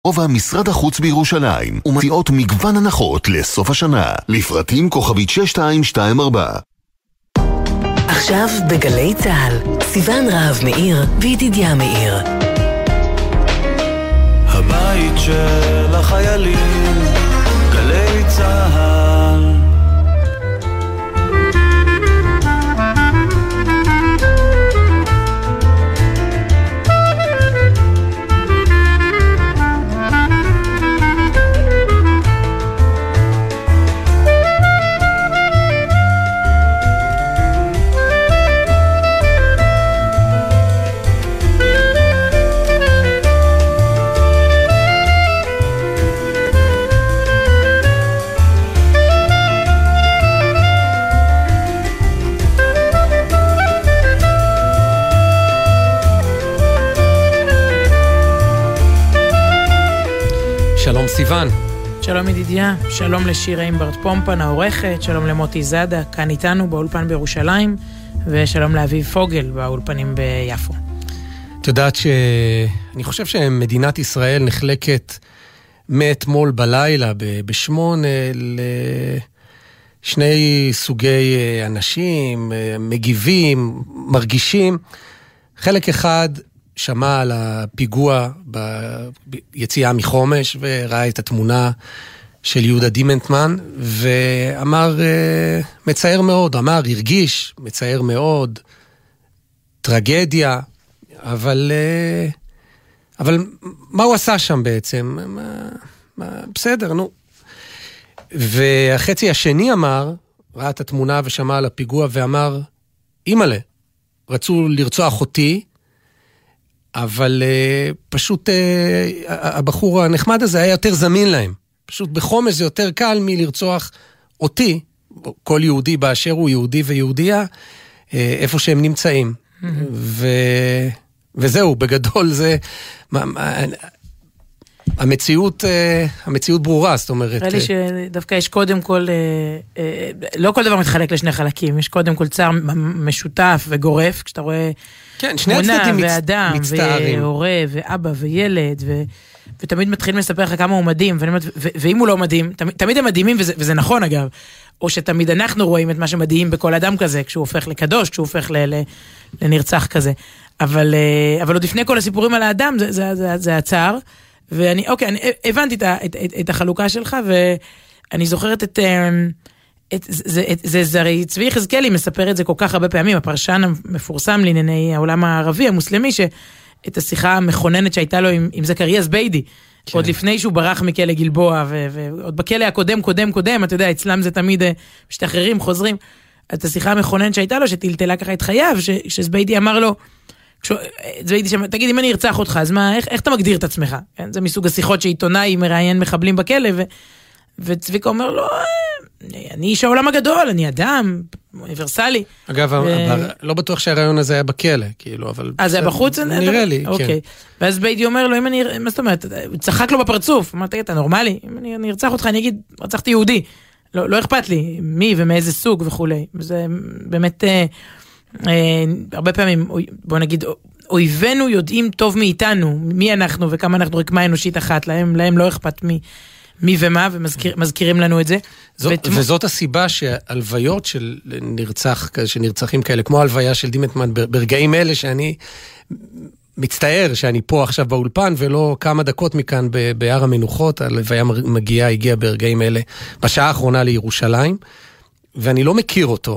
רובע משרד החוץ בירושלים ומציעות מגוון הנחות לסוף השנה. לפרטים כוכבית 6224. עכשיו בגלי צהל, סיוון רהב מאיר וידידיה מאיר. הבית של החיילים, גלי צהל. שלום סיוון. שלום ידידיה, שלום לשירה אימברט פומפן העורכת, שלום למוטי זאדה, כאן איתנו באולפן בירושלים, ושלום לאביב פוגל באולפנים ביפו. את יודעת שאני חושב שמדינת ישראל נחלקת מאתמול בלילה בשמונה לשני סוגי אנשים, מגיבים, מרגישים. חלק אחד שמע על הפיגוע ביציאה מחומש וראה את התמונה של יהודה דימנטמן ואמר מצער מאוד, אמר הרגיש מצער מאוד, טרגדיה, אבל מה הוא עשה שם בעצם? בסדר, נו. והחצי השני אמר, ראה את התמונה ושמע על הפיגוע ואמר, אימאלה, רצו לרצוח אותי, אבל פשוט הבחור הנחמד הזה היה יותר זמין להם. פשוט בחומש זה יותר קל מלרצוח אותי, כל יהודי באשר הוא יהודי ויהודיה, איפה שהם נמצאים. וזהו, בגדול זה... המציאות ברורה, זאת אומרת... נראה לי שדווקא יש קודם כל, לא כל דבר מתחלק לשני חלקים, יש קודם כל צער משותף וגורף, כשאתה רואה תמונה ואדם, והורה ואבא וילד, ותמיד מתחילים לספר לך כמה הוא מדהים, ואם הוא לא מדהים, תמיד הם מדהימים, וזה נכון אגב, או שתמיד אנחנו רואים את מה שמדהים בכל אדם כזה, כשהוא הופך לקדוש, כשהוא הופך לנרצח כזה, אבל עוד לפני כל הסיפורים על האדם, זה הצער, ואני, אוקיי, אני הבנתי את החלוקה שלך, ואני זוכרת זה הרי צבי יחזקאלי מספר את זה כל כך הרבה פעמים, הפרשן המפורסם לענייני העולם הערבי, המוסלמי, שאת השיחה המכוננת שהייתה לו עם זכריה זביידי, עוד לפני שהוא ברח מכלא גלבוע, ועוד בכלא הקודם, אתה יודע, אצלם זה תמיד משתחררים, חוזרים, את השיחה המכוננת שהייתה לו, שטלטלה ככה את חייו, שזביידי אמר לו, תגיד, אם אני ארצח אותך, אז מה, איך אתה מגדיר את עצמך? זה מסוג השיחות שעיתונאי מראיין מחבלים בכלא, וצביקה אומר לו, אני איש העולם הגדול, אני אדם, אוניברסלי. אגב, לא בטוח שהרעיון הזה היה בכלא, כאילו, אבל... אז זה היה בחוץ? נראה לי, כן. אוקיי. ואז ביידי אומר לו, מה זאת אומרת, הוא צחק לו בפרצוף, אמר, תגיד, אתה נורמלי? אם אני ארצח אותך, אני אגיד, רצחתי יהודי. לא אכפת לי, מי ומאיזה סוג וכולי. וזה באמת... הרבה פעמים, בוא נגיד, אויבינו יודעים טוב מאיתנו, מי אנחנו וכמה אנחנו רקמה אנושית אחת, להם לא אכפת מי ומה, ומזכירים לנו את זה. וזאת הסיבה שהלוויות של נרצחים כאלה, כמו הלוויה של דימנטמן, ברגעים אלה שאני מצטער שאני פה עכשיו באולפן, ולא כמה דקות מכאן בהר המנוחות, הלוויה הגיעה ברגעים אלה, בשעה האחרונה לירושלים, ואני לא מכיר אותו,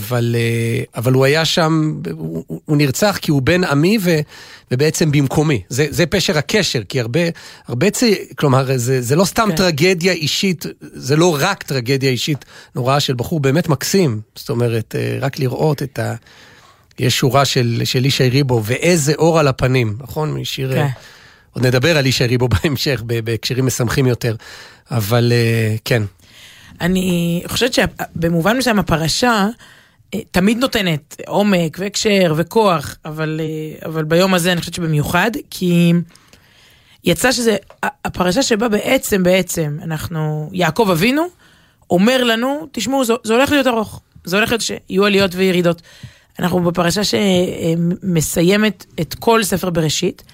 אבל הוא היה שם, הוא נרצח כי הוא בן עמי ובעצם במקומי. זה פשר הקשר, כי הרבה כלומר, זה לא סתם טרגדיה אישית, זה לא רק טרגדיה אישית נוראה של בחור באמת מקסים. זאת אומרת, רק לראות יש שורה של ישי ריבו, ואיזה אור על הפנים, נכון? משיר, עוד נדבר על ישי ריבו בהמשך, בהקשרים משמחים יותר. אבל כן. אני חושבת שבמובן מסוים הפרשה תמיד נותנת עומק והקשר וכוח, אבל ביום הזה אני חושבת שבמיוחד, כי יצא שזה הפרשה שבה בעצם יעקב אבינו אומר לנו, תשמעו, זה הולך להיות ארוך, זה הולך להיות שיהיו עליות וירידות. אנחנו בפרשה שמסיימת את כל ספר בראשית,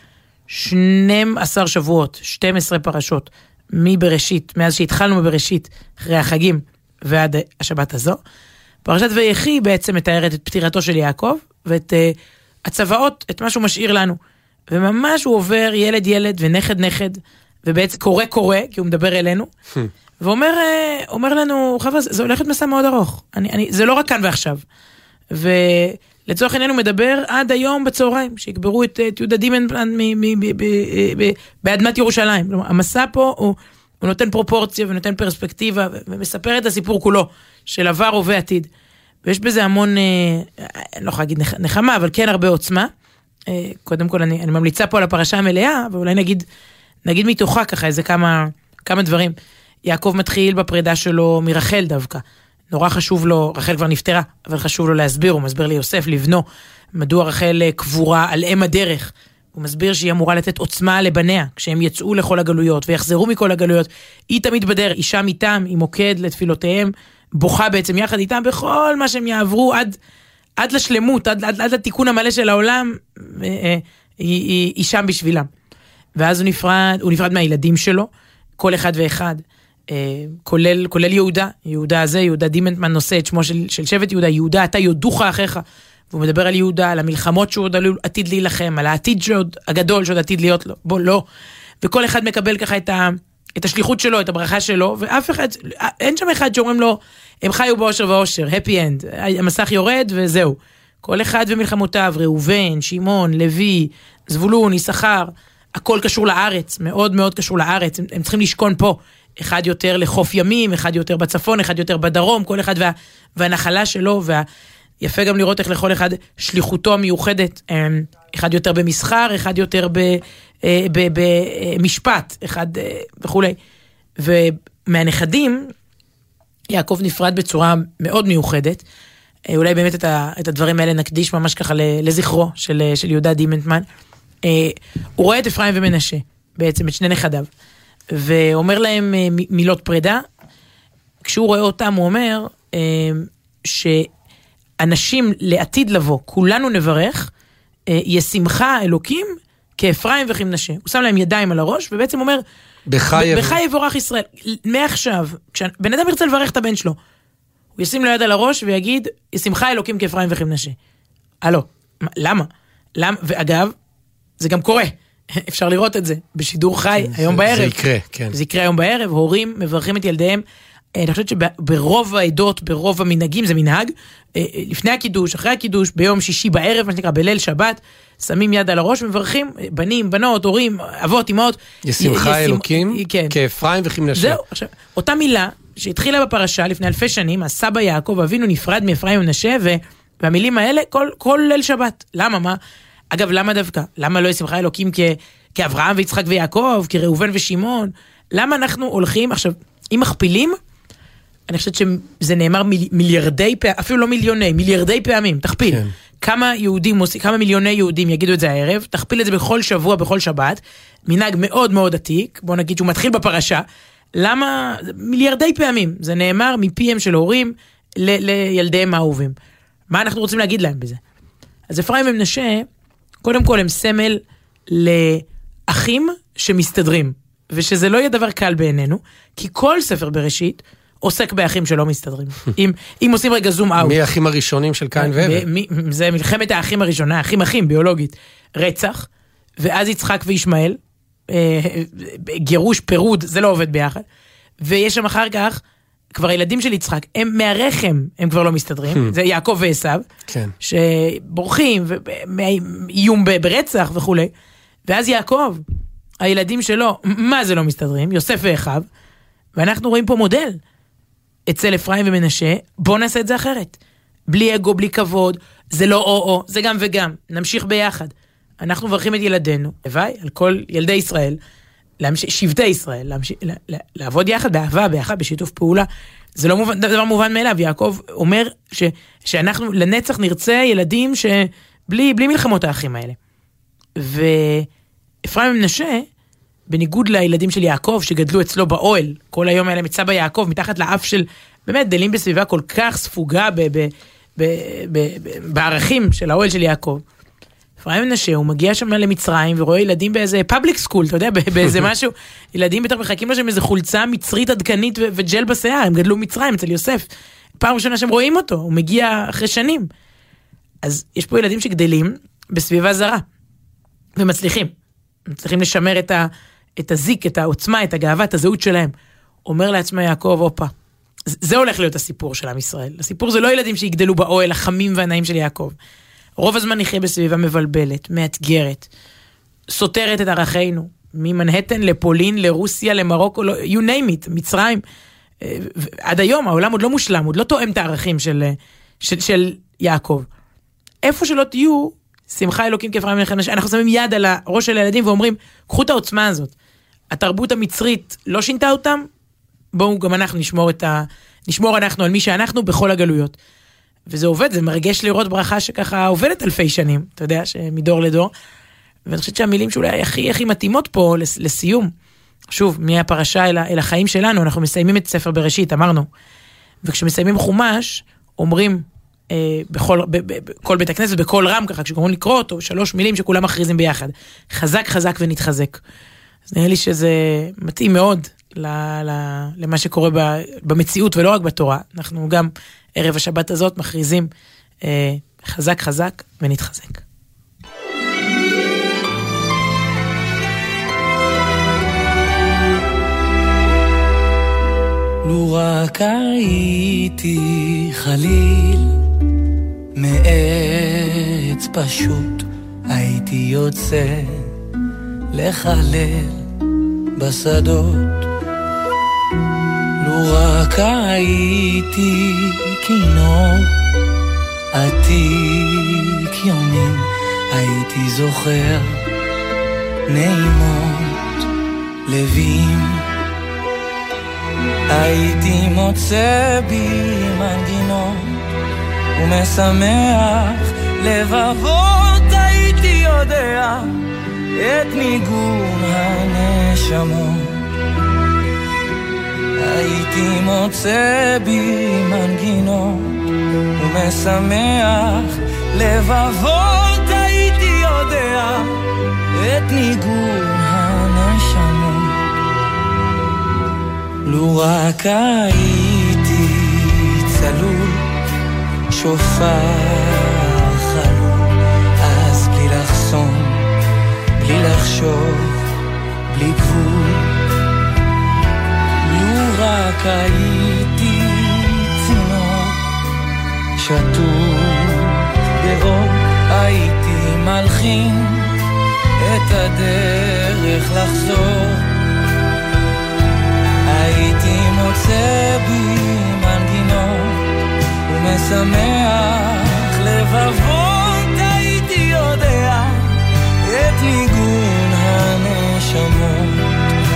12 שבועות, 12 פרשות, מבראשית, מאז שהתחלנו בבראשית, אחרי החגים ועד השבת הזו. פרשת ויחי בעצם מתארת את פטירתו של יעקב, ואת הצוואות, את מה שהוא משאיר לנו. וממש הוא עובר ילד ונכד, ובעצם קורא, כי הוא מדבר אלינו, ואומר לנו, חבר'ה, זה הולך להיות מסע מאוד ארוך. זה לא רק כאן ועכשיו. ולצורך העניין הוא מדבר עד היום בצהריים, שיקברו את יהודה דימנטמן באדמת ירושלים. המסע פה הוא נותן פרופורציה ונותן פרספקטיבה, ומספר את הסיפור כולו, של עבר הווה עתיד. ויש בזה המון, אני לא יכולה להגיד נחמה, אבל כן הרבה עוצמה. קודם כל אני ממליצה פה על הפרשה המלאה, ואולי נגיד מתוכה ככה איזה כמה דברים. יעקב מתחיל בפרידה שלו מרחל דווקא. נורא חשוב לו, רחל כבר נפטרה, אבל חשוב לו להסביר, הוא מסביר ליוסף, לבנו, מדוע רחל קבורה על אם הדרך. הוא מסביר שהיא אמורה לתת עוצמה לבניה, כשהם יצאו לכל הגלויות ויחזרו מכל הגלויות. היא תמיד בדרך, אישה איתם, היא מוקד לתפילותיהם, בוכה בעצם יחד איתם בכל מה שהם יעברו עד לשלמות, עד לתיקון המלא של העולם, היא שם בשבילם. ואז הוא נפרד מהילדים שלו, כל אחד ואחד, כולל יהודה הזה, יהודה דימנטמן נושא את שמו של שבט יהודה, יהודה אתה יודוך אחיך, והוא מדבר על יהודה, על המלחמות שהוא עוד עתיד להילחם, על העתיד הגדול שעוד עתיד להיות לו, בוא לא, וכל אחד מקבל ככה את השליחות שלו, את הברכה שלו, ואף אחד, אין שם אחד שאומרים לו, הם חיו באושר ואושר, happy end, המסך יורד וזהו. כל אחד ומלחמותיו, ראובן, שמעון, לוי, זבולון, יששכר, הכל קשור לארץ, מאוד מאוד קשור לארץ, הם צריכים לשכון פה, אחד יותר לחוף ימים, אחד יותר בצפון, אחד יותר בדרום, כל אחד והנחלה שלו, ויפה גם לראות איך לכל אחד שליחותו המיוחדת, אחד יותר במסחר, אחד יותר במשפט, אחד וכולי. ומהנכדים, יעקב נפרד בצורה מאוד מיוחדת, אולי באמת את הדברים האלה נקדיש ממש ככה לזכרו של יהודה דימנטמן. הוא רואה את אפרים ומנשה, בעצם את שני נכדיו, ואומר להם מילות פרידה. כשהוא רואה אותם הוא אומר שאנשים לעתיד לבוא, כולנו נברך, ישמחה אלוקים כאפרים וכמנשה. הוא שם להם ידיים על הראש ובעצם אומר בחי יבורך ישראל. מעכשיו, כשבן אדם ירצה לברך את הבן שלו, הוא ישים לו יד על הראש ויגיד ישמחה אלוקים כאפרים וכמנשה. הלו, למה? ואגב, זה גם קורה. אפשר לראות את זה בשידור חי היום בערב. זה יקרה, כן. זה יקרה היום בערב, הורים מברכים את ילדיהם. אני חושבת שברוב העדות, ברוב המנהגים זה מנהג, לפני הקידוש, אחרי הקידוש, ביום שישי בערב, מה שנקרא בליל שבת, שמים יד על הראש ומברכים, בנים, בנות, הורים, אבות, אמהות. ישמחה אלוקים, כאפרים וכמנשה. זהו, עכשיו, אותה מילה שהתחילה בפרשה לפני אלפי שנים, הסבא יעקב אבינו נפרד מאפרים ומנשה, והמילים האלה כל ליל שבת. למה, מה? אגב, למה דווקא? למה לא ישמחה אלוקים כאברהם ויצחק ויעקב, כראובן ושמעון? למה אנחנו הולכים, עכשיו, אם מכפילים, אני חושבת שזה נאמר מיליארדי פעמים, אפילו לא מיליוני, מיליארדי פעמים, תכפיל. כן. כמה מיליוני יהודים יגידו את זה הערב, תכפיל את זה בכל שבוע, בכל שבת, מנהג מאוד מאוד עתיק, בוא נגיד שהוא מתחיל בפרשה, למה מיליארדי פעמים זה נאמר מפיהם של הורים לילדיהם האהובים. מה אנחנו רוצים להגיד להם בזה? אז אפרים ומנשה, קודם כל הם סמל לאחים שמסתדרים, ושזה לא יהיה דבר קל בעינינו, כי כל ספר בראשית עוסק באחים שלא מסתדרים. אם עושים רגע זום אאוט. מי האחים הראשונים של קין והבל? זה מלחמת האחים הראשונה, אחים ביולוגית, רצח, ואז יצחק וישמעאל, גירוש, פירוד, זה לא עובד ביחד, ויש שם אחר כך, כבר הילדים של יצחק, הם מהרחם, הם כבר לא מסתדרים, זה יעקב ועשיו, שבורחים, איום ברצח וכו'. ואז יעקב, הילדים שלו, מה זה לא מסתדרים? יוסף ואחיו, ואנחנו רואים פה מודל, אצל אפרים ומנשה, בוא נעשה את זה אחרת. בלי אגו, בלי כבוד, זה לא או, זה גם וגם, נמשיך ביחד. אנחנו מברכים את ילדינו, הווי, על כל ילדי ישראל, שבטי ישראל, לעבוד יחד באהבה, ביחד, בשיתוף פעולה. זה לא דבר מובן מאליו. יעקב אומר שאנחנו לנצח נרצה ילדים שבלי מלחמות האחים האלה. ואפרים ומנשה, בניגוד לילדים של יעקב שגדלו אצלו באוהל, כל היום האלה מצבא יעקב, מתחת לאף של, באמת דלים בסביבה כל כך ספוגה בערכים של האוהל של יעקב. אפרים מנשה, הוא מגיע שם למצרים, ורואה ילדים באיזה פאבליק סקול, אתה יודע, באיזה משהו, ילדים בטח מחכים לו שם איזה חולצה מצרית עדכנית וג'ל בשיער, הם גדלו מצרים אצל יוסף. פעם ראשונה שהם רואים אותו, הוא מגיע אחרי שנים. אז יש פה ילדים שגדלים בסביבה זרה, ומצליחים לשמר את הזיק, את העוצמה, את הגאווה, את הזהות שלהם. אומר לעצמו יעקב, אופה, זה הולך להיות הסיפור של עם ישראל. הסיפור זה לא ילדים שיגדלו באוהל החמים והנעים של יעקב. רוב הזמן נחיה בסביבה מבלבלת, מאתגרת, סותרת את ערכינו, ממנהטן לפולין, לרוסיה, למרוקו, you name it, מצרים. עד היום העולם עוד לא מושלם, עוד לא תואם את הערכים של יעקב. איפה שלא תהיו, שמחה אלוקים כאפרים מלך מנשה, אנחנו שמים יד על הראש של הילדים ואומרים, קחו את העוצמה הזאת. התרבות המצרית לא שינתה אותם, בואו גם אנחנו נשמור אנחנו על מי שאנחנו בכל הגלויות. וזה עובד, זה מרגש לראות ברכה שככה עובדת אלפי שנים, אתה יודע, שמדור לדור. ואני חושבת שהמילים שאולי הכי מתאימות פה לסיום, שוב, מהפרשה אל החיים שלנו, אנחנו מסיימים את ספר בראשית, אמרנו, וכשמסיימים חומש, אומרים, בכל בית הכנסת, בכל רם ככה, כשקוראים לקרוא אותו, 3 מילים שכולם מכריזים ביחד, חזק חזק ונתחזק. אז נראה לי שזה מתאים מאוד למה שקורה במציאות ולא רק בתורה. אנחנו גם ערב השבת הזאת מכריזים חזק חזק ונתחזק. לו רק הייתי חליל מעץ פשוט, הייתי יוצא לחלל בשדות. לו רק הייתי כינור עתיק יומים, הייתי זוכר נעימות לבים, הייתי מוצא בי מנגינות ומשמח לבבות, הייתי יודע את ניגון הנשמות, הייתי מוצא בי מנגינות ומשמח לבבות, הייתי יודע את ניגון הנשמות. לו רק הייתי צלול שופר חלול, אז בלי לחסום, בלי לחשוב, בלי גבול. לו רק הייתי צינור שטוף באור, הייתי מלחין את הדרך לחזור, הייתי מוצא בי מנגינות ומשמח לבבות, הייתי יודע את ניגון הנשמות,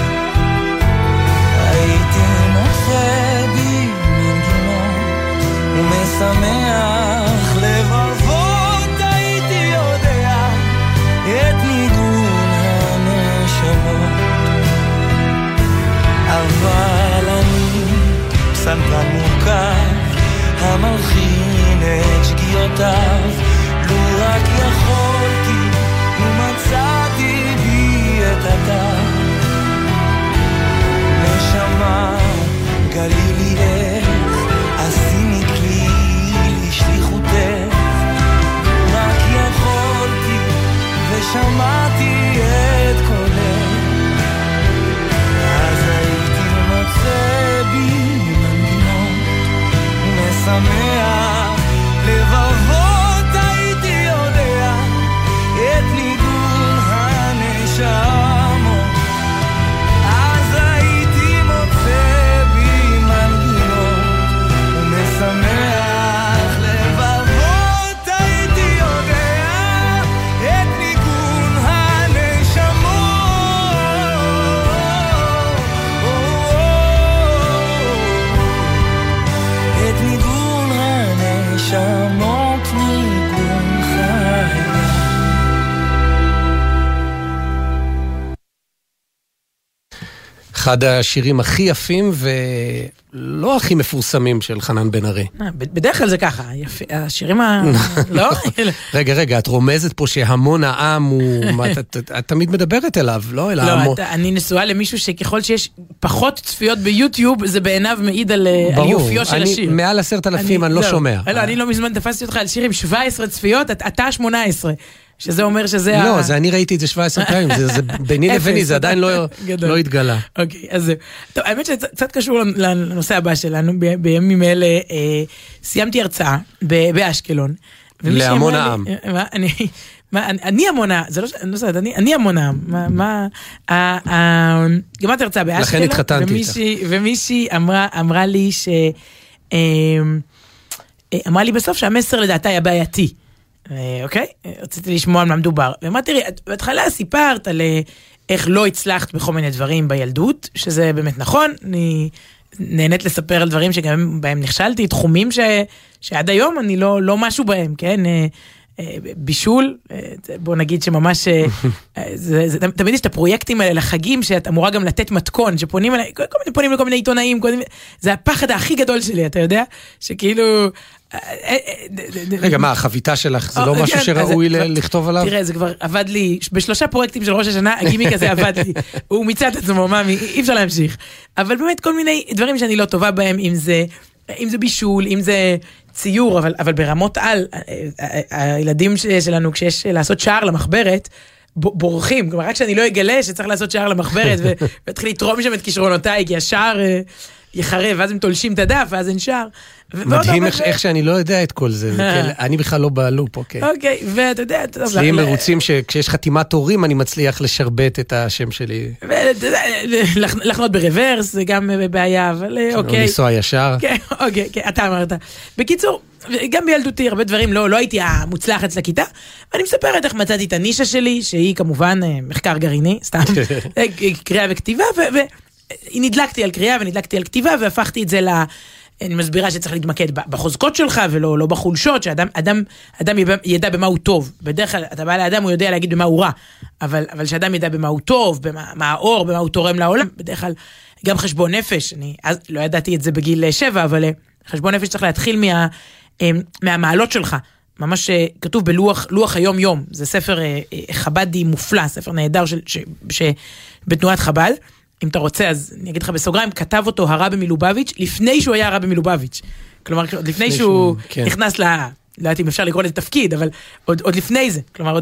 הייתי מוצא בי מנגינות ומשמח לבבות, הייתי יודע את ניגון הנשמות. אבל אני פסנתרן מורכב המלחין את שגיאותיו, לו רק יכולתי ומצאתי בי את הטעם, נשמה גלילי איך עשיני כלי לשליחותך, רק יכולתי ושמעתי את קולך, אז הייתי מוצא בי מנגינות ומשמח לבבות, הייתי יודע את ניגון הנשמות, אחד השירים הכי יפים ולא הכי מפורסמים של חנן בן ארי. בדרך כלל זה ככה, השירים לא? רגע, את רומזת פה שהמון העם הוא... את תמיד מדברת אליו, לא? לא, אני נשואה למישהו שככל שיש פחות צפיות ביוטיוב, זה בעיניו מעיד על יופיו של השיר. מעל 10,000 אני לא שומע. לא, אני לא מזמן תפסתי אותך על שיר עם 17 צפיות, אתה 18. שזה אומר שזה... לא, זה אני ראיתי את זה 17 פעמים, זה ביני לביני, זה עדיין לא התגלה. אוקיי, אז טוב, האמת שקצת קשור לנושא הבא שלנו, בימים אלה סיימתי הרצאה באשקלון. להמון העם. אני המון העם, זה לא סרט, אני המון העם. גמרתי הרצאה באשקלון. לכן התחתנתי איתך. ומישהי אמרה לי אמרה לי בסוף שהמסר לדעתה היה בעייתי. אוקיי? רציתי לשמוע על מה מדובר. ואמרתי, תראי, בהתחלה סיפרת על איך לא הצלחת בכל מיני דברים בילדות, שזה באמת נכון, אני נהנית לספר על דברים שגם בהם נכשלתי, תחומים שעד היום אני לא משהו בהם, כן? בישול, בוא נגיד שממש, תמיד יש את הפרויקטים האלה לחגים, שאת אמורה גם לתת מתכון, שפונים אליי, פונים לכל מיני עיתונאים, זה הפחד הכי גדול שלי, אתה יודע? שכאילו... רגע, מה, החביתה שלך, זה לא משהו שראוי לכתוב עליו? תראה, זה כבר עבד לי, ב3 פרויקטים של ראש השנה, הגימיק הזה עבד לי, הוא מיצה את עצמו, מאמי, אי אפשר להמשיך. אבל באמת כל מיני דברים שאני לא טובה בהם, אם זה בישול, אם זה ציור, אבל ברמות על, הילדים שלנו, כשיש לעשות שער למחברת, בורחים, כלומר, רק שאני לא אגלה שצריך לעשות שער למחברת, והתחיל לתרום שם את כישרונותיי, כי השער יחרב, ואז הם תולשים את הדף, ואז אין שער. מדהים איך שאני לא יודע את כל זה, אני בכלל לא בעלו פה, כן. אוקיי, ואתה יודע... אצלי מרוצים שכשיש חתימת הורים, אני מצליח לשרבט את השם שלי. לחנות ברוורס, זה גם בעיה, אבל אוקיי. או לנסוע ישר. אוקיי, אתה אמרת. בקיצור, גם בילדותי, הרבה דברים, לא הייתי המוצלחת לכיתה, ואני מספרת איך מצאתי את הנישה שלי, שהיא כמובן מחקר גרעיני, סתם, קריאה וכתיבה, נדלקתי על קריאה ונדלקתי על כתיבה, והפכתי את זה אני מסבירה שצריך להתמקד בחוזקות שלך, ולא בחולשות, שאדם ידע במה הוא טוב. בדרך כלל, אתה בא לאדם, הוא יודע להגיד במה הוא רע, אבל שאדם ידע במה הוא טוב, במה האור, במה הוא תורם לעולם, בדרך כלל, גם חשבון נפש, אני אז לא ידעתי את זה בגיל 7, אבל חשבון נפש צריך להתחיל מהמעלות שלך, ממש כתוב בלוח היום-יום, זה ספר חבדי מופלא, ספר נהדר בתנועת חב"ד, אם אתה רוצה, אז אני אגיד לך בסוגריים, כתב אותו הרבי מלובביץ' לפני שהוא היה הרבי מלובביץ'. כלומר, לפני שהוא נכנס לא יודעת אם אפשר לקרוא לזה תפקיד, אבל עוד לפני זה. כלומר,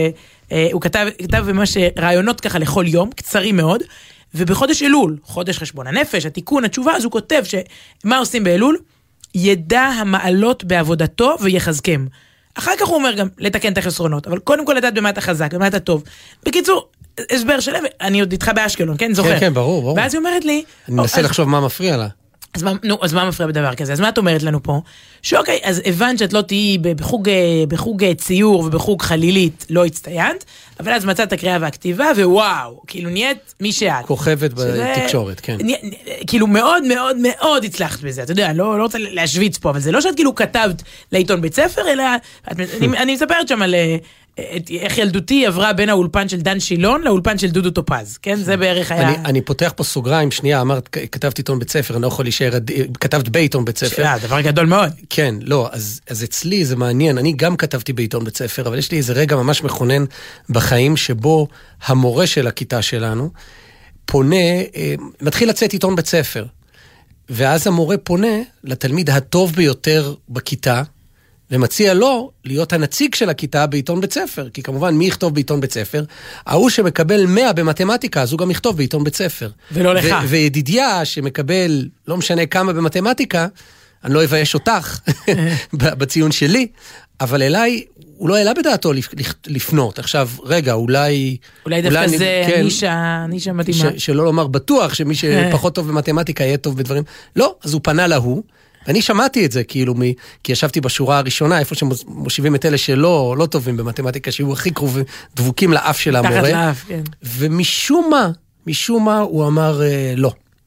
הוא כתב ממש רעיונות ככה לכל יום, קצרים מאוד, ובחודש אלול, חודש חשבון הנפש, התיקון, התשובה, אז הוא כותב שמה עושים באלול? ידע המעלות בעבודתו ויחזקם. אחר כך הוא אומר גם לתקן את החסרונות, אבל קודם כל לדעת במה אתה חזק, במה אתה טוב. בקיצור, הסבר שלם, אני עוד איתך באשקלון, כן? זוכר. כן, ברור. ואז היא אומרת לי... אני מנסה לחשוב מה מפריע לה. אז מה מפריע בדבר כזה? אז מה את אומרת לנו פה? שאוקיי, אז הבנת שאת לא תהיי בחוג ציור ובחוג חלילית, לא הצטיינת, אבל אז מצאת הקריאה והכתיבה, ווואו, כאילו נהיית מי שאת. כוכבת בתקשורת, כן. כאילו מאוד מאוד מאוד הצלחת בזה, אתה יודע, לא רוצה להשוויץ פה, אבל זה לא שאת כאילו כתבת לעיתון בית ספר, אלא, אני מספרת שם על איך ילדותי עברה בין האולפן של דן שילון לאולפן של דודו טופז, כן? זה בערך היה... אני פותח פה סוגריים, שנייה, אמרת, כתבת עיתון בית ספר, אני לא יכול להישאר, כתבת בעיתון בית ספר. דבר גדול מאוד. כן, לא, אז אצלי זה מעניין, אני גם כתבתי בעיתון בית ספר, אבל יש לי איזה רגע ממש מכונן בחיים, שבו המורה של הכיתה שלנו פונה, מתחיל לצאת עיתון בית ספר, ואז המורה פונה לתלמיד הטוב ביותר בכיתה, ומציע לו להיות הנציג של הכיתה בעיתון בית ספר, כי כמובן מי יכתוב בעיתון בית ספר? ההוא שמקבל 100 במתמטיקה, אז הוא גם יכתוב בעיתון בית ספר. ולא לך. וידידיה שמקבל לא משנה כמה במתמטיקה, אני לא אבייש אותך בציון שלי, אבל אליי, הוא לא העלה בדעתו לפנות. עכשיו, רגע, אולי דווקא זה נישה מתאימה. שלא לומר בטוח שמי שפחות טוב במתמטיקה יהיה טוב בדברים. לא, אז הוא פנה להוא, אני שמעתי את זה, כאילו, כי ישבתי בשורה הראשונה, איפה שמושיבים את אלה שלא טובים במתמטיקה, שהיו הכי קרובים, דבוקים לאף של המורה. תחת לאף, כן. ומשום מה הוא אמר לא.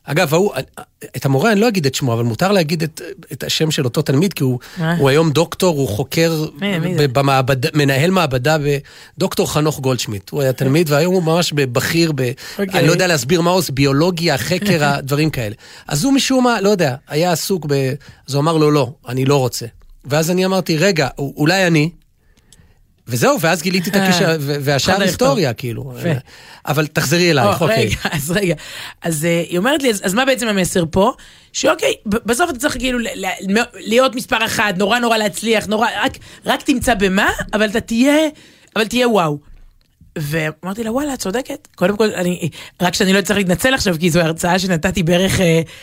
אגב, את המורה אני לא אגיד את שמו, אבל מותר להגיד את השם של אותו תלמיד, כי הוא היום דוקטור, הוא חוקר, מנהל מעבדה, דוקטור חנוך גולדשמיט. הוא היה תלמיד, והיום הוא ממש בכיר, אני לא יודע להסביר מה עושה, ביולוגיה, חקר, הדברים כאלה. אז הוא משום מה, לא יודע, היה עסוק אז הוא אמר לו, לא, אני לא רוצה. ואז אני אמרתי, רגע, אולי אני, וזהו, ואז גיליתי את הקשר, והשאר היסטוריה, כאילו. אבל תחזרי אלייך, אוקיי. רגע. אז היא אומרת לי, אז מה בעצם המסר פה? שאוקיי, בסוף אתה צריך כאילו להיות מספר אחד, נורא להצליח, רק תמצא במה, אבל תהיה וואו. ואמרתי לה, וואלה, את צודקת. קודם כל, רק שאני לא צריך להתנצל עכשיו, כי זו הרצאה שנתתי בערך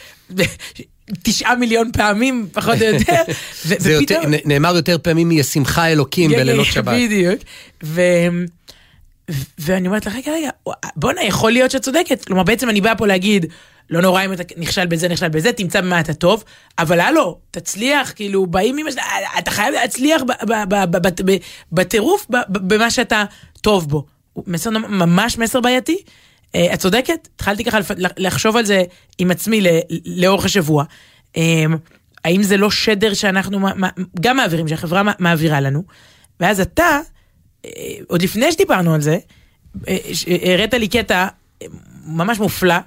9 מיליון פעמים, פחות או יותר. נאמר יותר פעמים ישמחה אלוקים בלילות שבת. בדיוק. ואני אומרת לך, רגע, בוא'נה, יכול להיות שאת צודקת. כלומר, בעצם אני באה פה להגיד, לא נורא אם אתה נכשל בזה, תמצא במה אתה טוב, אבל הלו, תצליח, כאילו, באים ממש, אתה חייב להצליח בטירוף, במה שאתה טוב בו. מסר ממש מסר בעייתי. את צודקת? התחלתי ככה לחשוב על זה עם עצמי לאורך השבוע. האם זה לא שדר שאנחנו גם מעבירים, שהחברה מעבירה לנו? ואז אתה, עוד לפני שדיברנו על זה, הראת לי קטע ממש מופלא,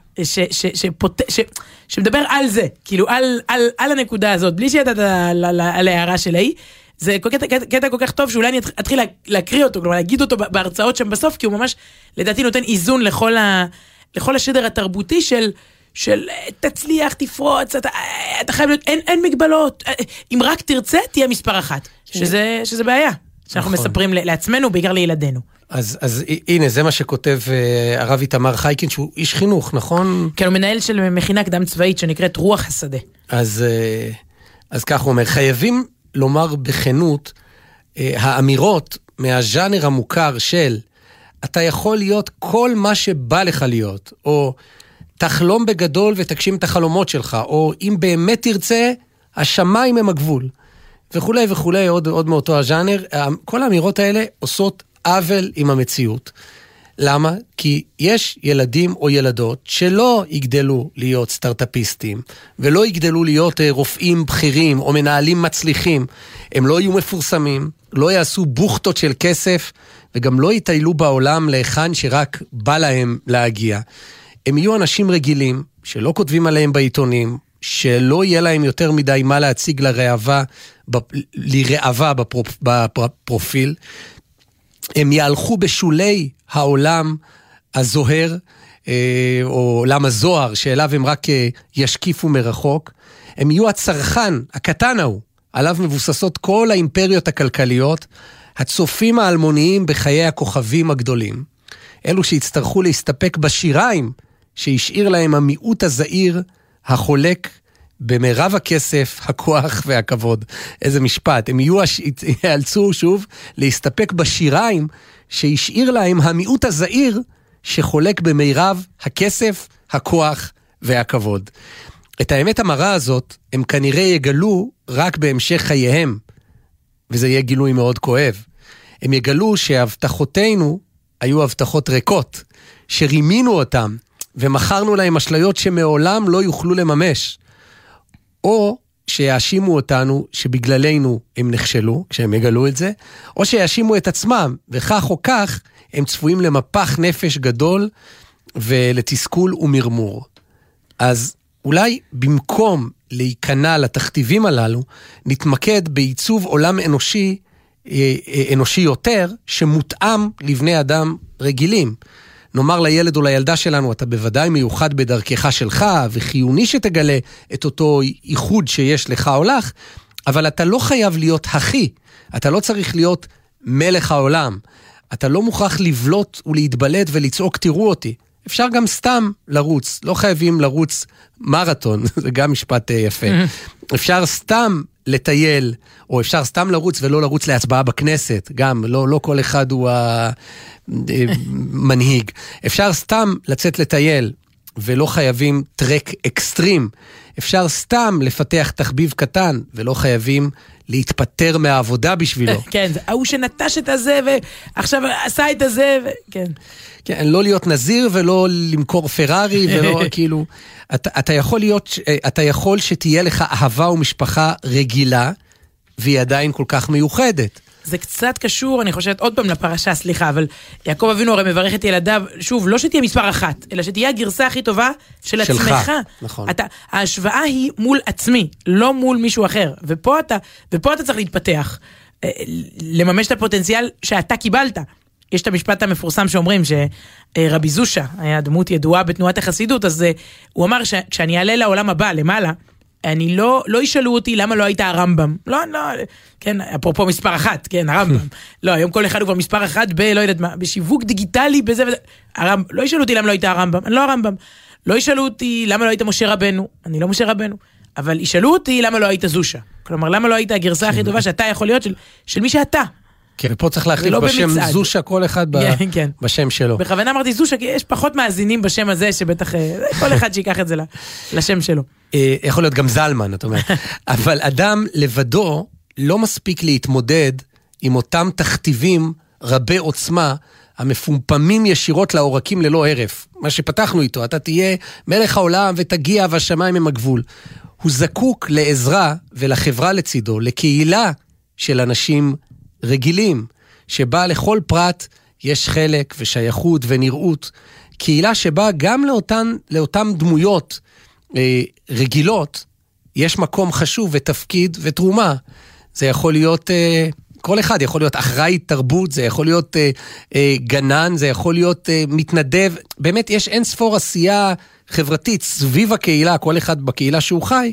שמדבר על זה, כאילו על הנקודה הזאת, בלי שידעת על ההערה שלי, זה קטע כל כך טוב שאולי אני אתחיל להקריא אותו, כלומר להגיד אותו בהרצאות שם בסוף, כי הוא ממש לדעתי נותן איזון לכל השדר התרבותי של תצליח, תפרוץ, אתה חייב להיות, אין מגבלות, אם רק תרצה תהיה מספר אחת, שזה בעיה, שאנחנו מספרים לעצמנו, בעיקר לילדינו. אז הנה, זה מה שכותב הרב איתמר חייקין, שהוא איש חינוך, נכון? כן, הוא מנהל של מכינה קדם צבאית שנקראת רוח השדה. אז כך הוא אומר, חייבים לומר בכנות, האמירות מהז'אנר המוכר של אתה יכול להיות כל מה שבא לך להיות, או תחלום בגדול ותגשים את החלומות שלך, או אם באמת תרצה, השמיים הם הגבול, וכולי וכולי, עוד מאותו הז'אנר. כל האמירות האלה עושות עוול עם המציאות. למה? כי יש ילדים או ילדות שלא יגדלו להיות סטארט-אפיסטים, ולא יגדלו להיות רופאים בכירים או מנהלים מצליחים. הם לא יהיו מפורסמים, לא יעשו בוכטות של כסף, וגם לא יטיילו בעולם להיכן שרק בא להם להגיע. הם יהיו אנשים רגילים, שלא כותבים עליהם בעיתונים, שלא יהיה להם יותר מדי מה להציג לרעבה בפרופיל. הם יהלכו בשולי העולם הזוהר, או עולם הזוהר, שאליו הם רק ישקיפו מרחוק. הם יהיו הצרכן, הקטן ההוא, עליו מבוססות כל האימפריות הכלכליות, הצופים האלמוניים בחיי הכוכבים הגדולים. אלו שיצטרכו להסתפק בשיריים, שהשאיר להם המיעוט הזעיר, החולק במרב הכסף, הכוח והכבוד. איזה משפט. הם יאלצו שוב להסתפק בשיריים שהשאיר להם המיעוט הזעיר שחולק במרב הכסף, הכוח והכבוד. את האמת המרה הזאת הם כנראה יגלו רק בהמשך חייהם, וזה יהיה גילוי מאוד כואב. הם יגלו שהבטחותינו היו הבטחות ריקות, שרימינו אותם ומכרנו להם אשליות שמעולם לא יוכלו לממש. או שיאשימו אותנו שבגללנו הם נכשלו, כשהם יגלו את זה, או שיאשימו את עצמם, וכך או כך הם צפויים למפח נפש גדול ולתסכול ומרמור. אז אולי במקום להיכנע לתכתיבים הללו, נתמקד בעיצוב עולם אנושי יותר, שמותאם לבני אדם רגילים. נאמר לילד או לילדה שלנו, אתה בוודאי מיוחד בדרכך שלך, וחיוני שתגלה את אותו ייחוד שיש לך או לך, אבל אתה לא חייב להיות הכי, אתה לא צריך להיות מלך העולם, אתה לא מוכרח לבלוט ולהתבלט ולצעוק תראו אותי, אפשר גם סתם לרוץ, לא חייבים לרוץ מרתון, זה גם משפט יפה, אפשר סתם לטייל, או אפשר סתם לרוץ ולא לרוץ להצבעה בכנסת, גם לא כל אחד הוא המנהיג, אפשר סתם לצאת לטייל ולא חייבים טרק אקסטרים. אפשר סתם לפתח תחביב קטן, ולא חייבים להתפטר מהעבודה בשבילו. כן, הוא שנטש את הזה, ועכשיו עשה את הזה, כן. כן, לא להיות נזיר, ולא למכור פרארי, ולא כאילו... אתה יכול שתהיה לך אהבה ומשפחה רגילה, והיא עדיין כל כך מיוחדת. זה קצת קשור, אני חושבת עוד פעם לפרשה, סליחה, אבל יעקב אבינו הרי מברך את ילדיו, שוב, לא שתהיה מספר אחת, אלא שתהיה הגרסה הכי טובה של עצמך. נכון. ההשוואה היא מול עצמי, לא מול מישהו אחר, ופה אתה צריך להתפתח, לממש את הפוטנציאל שאתה קיבלת. יש את המשפט המפורסם שאומרים שרבי זושה היה דמות ידועה בתנועת החסידות, אז הוא אמר שכשאני אעלה לעולם הבא, למעלה, אני לא ישאלו אותי למה לא היית הרמב"ם. לא, כן, אפרופו מספר אחת, כן, הרמב"ם. לא, היום כל אחד הוא כבר מספר אחת לא יודעת מה, בשיווק דיגיטלי, בזה וזה. לא ישאלו אותי למה לא היית הרמב"ם, אני לא הרמב"ם. לא ישאלו אותי למה לא היית משה רבנו, אני לא משה רבנו. אבל ישאלו אותי למה לא היית זושה. כלומר, למה לא היית הגרסה הכי טובה שאתה יכול להיות של מי שאתה. כן, ופה צריך להחליף בשם זושה כל אחד בשם שלו. בכוונה אמרתי זושה, כי יש פחות מאזינים בשם הזה, שבטח כל אחד שיקח את זה לשם שלו. יכול להיות גם זלמן, את אומרת. אבל אדם לבדו לא מספיק להתמודד עם אותם תכתיבים רבי עוצמה, המפומפמים ישירות לעורקים ללא הרף. מה שפתחנו איתו, אתה תהיה מלך העולם ותגיע והשמיים הם הגבול. הוא זקוק לעזרה ולחברה לצידו, לקהילה של אנשים רגילים, שבה לכל פרט יש חלק ושייכות ונראות, קהילה שבה גם לאותן דמויות רגילות, יש מקום חשוב ותפקיד ותרומה. זה יכול להיות, כל אחד יכול להיות אחראי תרבות, זה יכול להיות גנן, זה יכול להיות מתנדב, באמת יש אין ספור עשייה חברתית סביב הקהילה, כל אחד בקהילה שהוא חי,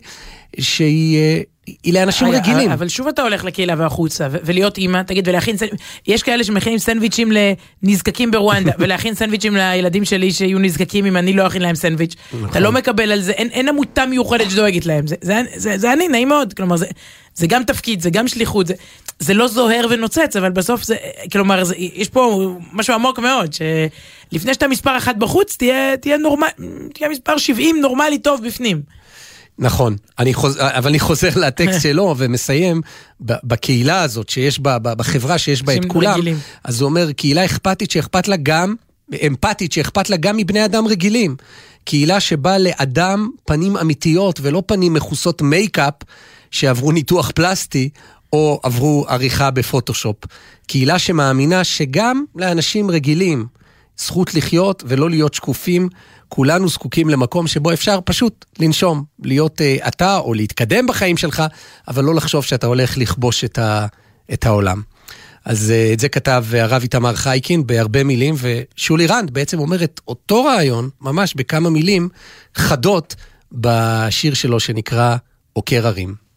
שהיא לאנשים רגילים. אבל שוב אתה הולך לקהילה והחוצה, ולהיות אימא, תגיד, ולהכין יש כאלה שמכינים סנדוויצ'ים לנזקקים ברואנדה, ולהכין סנדוויצ'ים לילדים שלי שיהיו נזקקים אם אני לא אכין להם סנדוויץ'. אתה לא מקבל על זה, אין עמותה מיוחדת שדואגת להם. זה אני, נעים מאוד. כלומר, זה גם תפקיד, זה גם שליחות, זה לא זוהר ונוצץ, אבל בסוף זה, כלומר, יש פה משהו עמוק מאוד, שלפני שאתה מספר אחת בחוץ, תהיה מספר 70 נורמלי טוב בפנים. נכון, אבל אני חוזר לטקסט שלו ומסיים בקהילה הזאת שיש בה, בחברה שיש בה את כולם, אז הוא אומר קהילה אכפתית שאכפת לה גם, אמפתית שאכפת לה גם מבני אדם רגילים, קהילה שבה לאדם פנים אמיתיות ולא פנים מחוסות מייקאפ שעברו ניתוח פלסטי או עברו עריכה בפוטושופ, קהילה שמאמינה שגם לאנשים רגילים זכות לחיות ולא להיות שקופים, כולנו זקוקים למקום שבו אפשר פשוט לנשום, להיות אתה או להתקדם בחיים שלך, אבל לא לחשוב שאתה הולך לכבוש את העולם. אז את זה כתב הרב איתמר חייקין בהרבה מילים, ושולי רנד בעצם אומרת אותו רעיון, ממש בכמה מילים חדות בשיר שלו שנקרא עוקר הרים.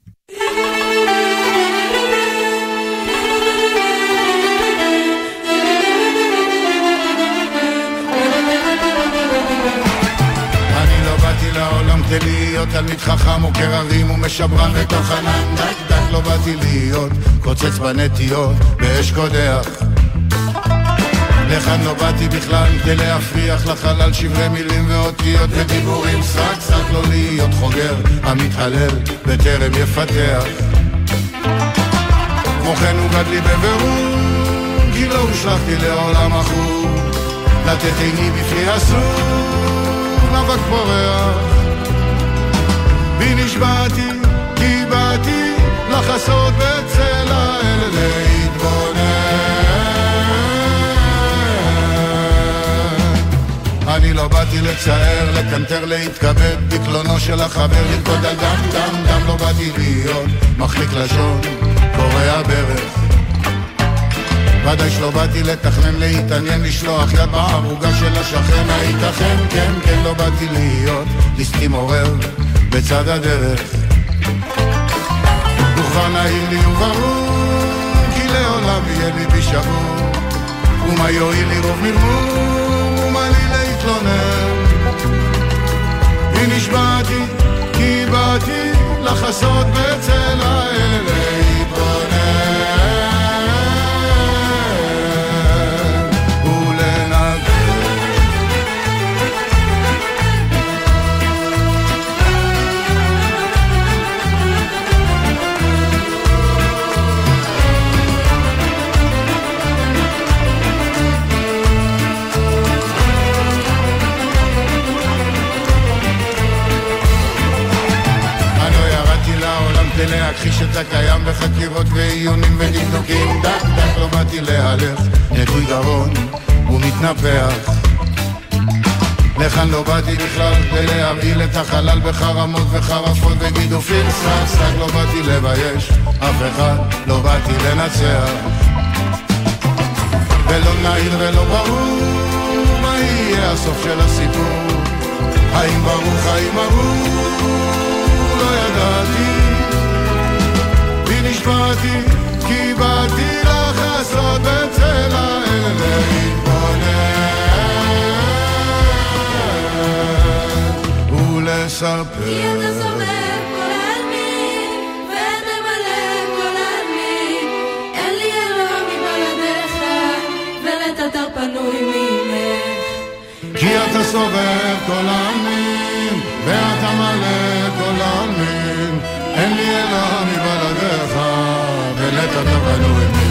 כדי להיות תלמיד חכם עוקר הרים ומשברן בתוך ענן, דק לא באתי להיות קוצץ בנטיות באש קודח, לכאן לא באתי בכלל כדי להפריח לחלל שברי מילים ואותיות ודיבורים, סק לא להיות חוגר המתהלל בטרם יפתח, כמו כן הוא גדלי בבירור כי לא הושלחתי לעולם אחור, לתת עיני בפרי אסור נאבק פורח, בי נשבעתי, כי באתי לחסות בצל האל להתבונן. אני לא באתי לצער, לקנטר, להתכבד בקלונו של החבר, לרקוד על דם, לא באתי להיות מחליק לשון, קורע ברך. ודאי שלא באתי לתכנן, להתעניין, לשלוח יד בערוגה של השכן, הייתכן, כן, לא באתי להיות ליסטים עורר בצד הדרך, וכבר נעים לי וברור כי לעולם יהיה לי בשבור, ומה יועיל לי רוב מרמור, ומה לי להתלונן, ונשבעתי כי באתי לחסות בצל האל להתבונן ולנגן להכחיש את הקיים בחקירות ועיונים ודקדוקים. דק דק לא באתי להלך, נטוי גרון ומתנפח. לכאן לא באתי בכלל ולהרעיל את החלל בחרמות וחרפות וגידופים. סק סק לא באתי לבייש אף אחד, לא באתי לנצח. ולא נעיר ולא ברור מה יהיה הסוף של הסיפור. האם ברוך האם ברור לא ידעתי, בי נשבעתי כי באתי לך לעשות בצל האל להתבונן ולספר. כי אתה סובב כל העלמין ונמלא כל העלמין, אין לי אלוה מבלעדיך ולתתר פנוי ממך. כי אתה סובב כל העלמין ואתה מלא כל העלמין, אין לי אלוה מבלעדיך ולתתר פנוי ממך.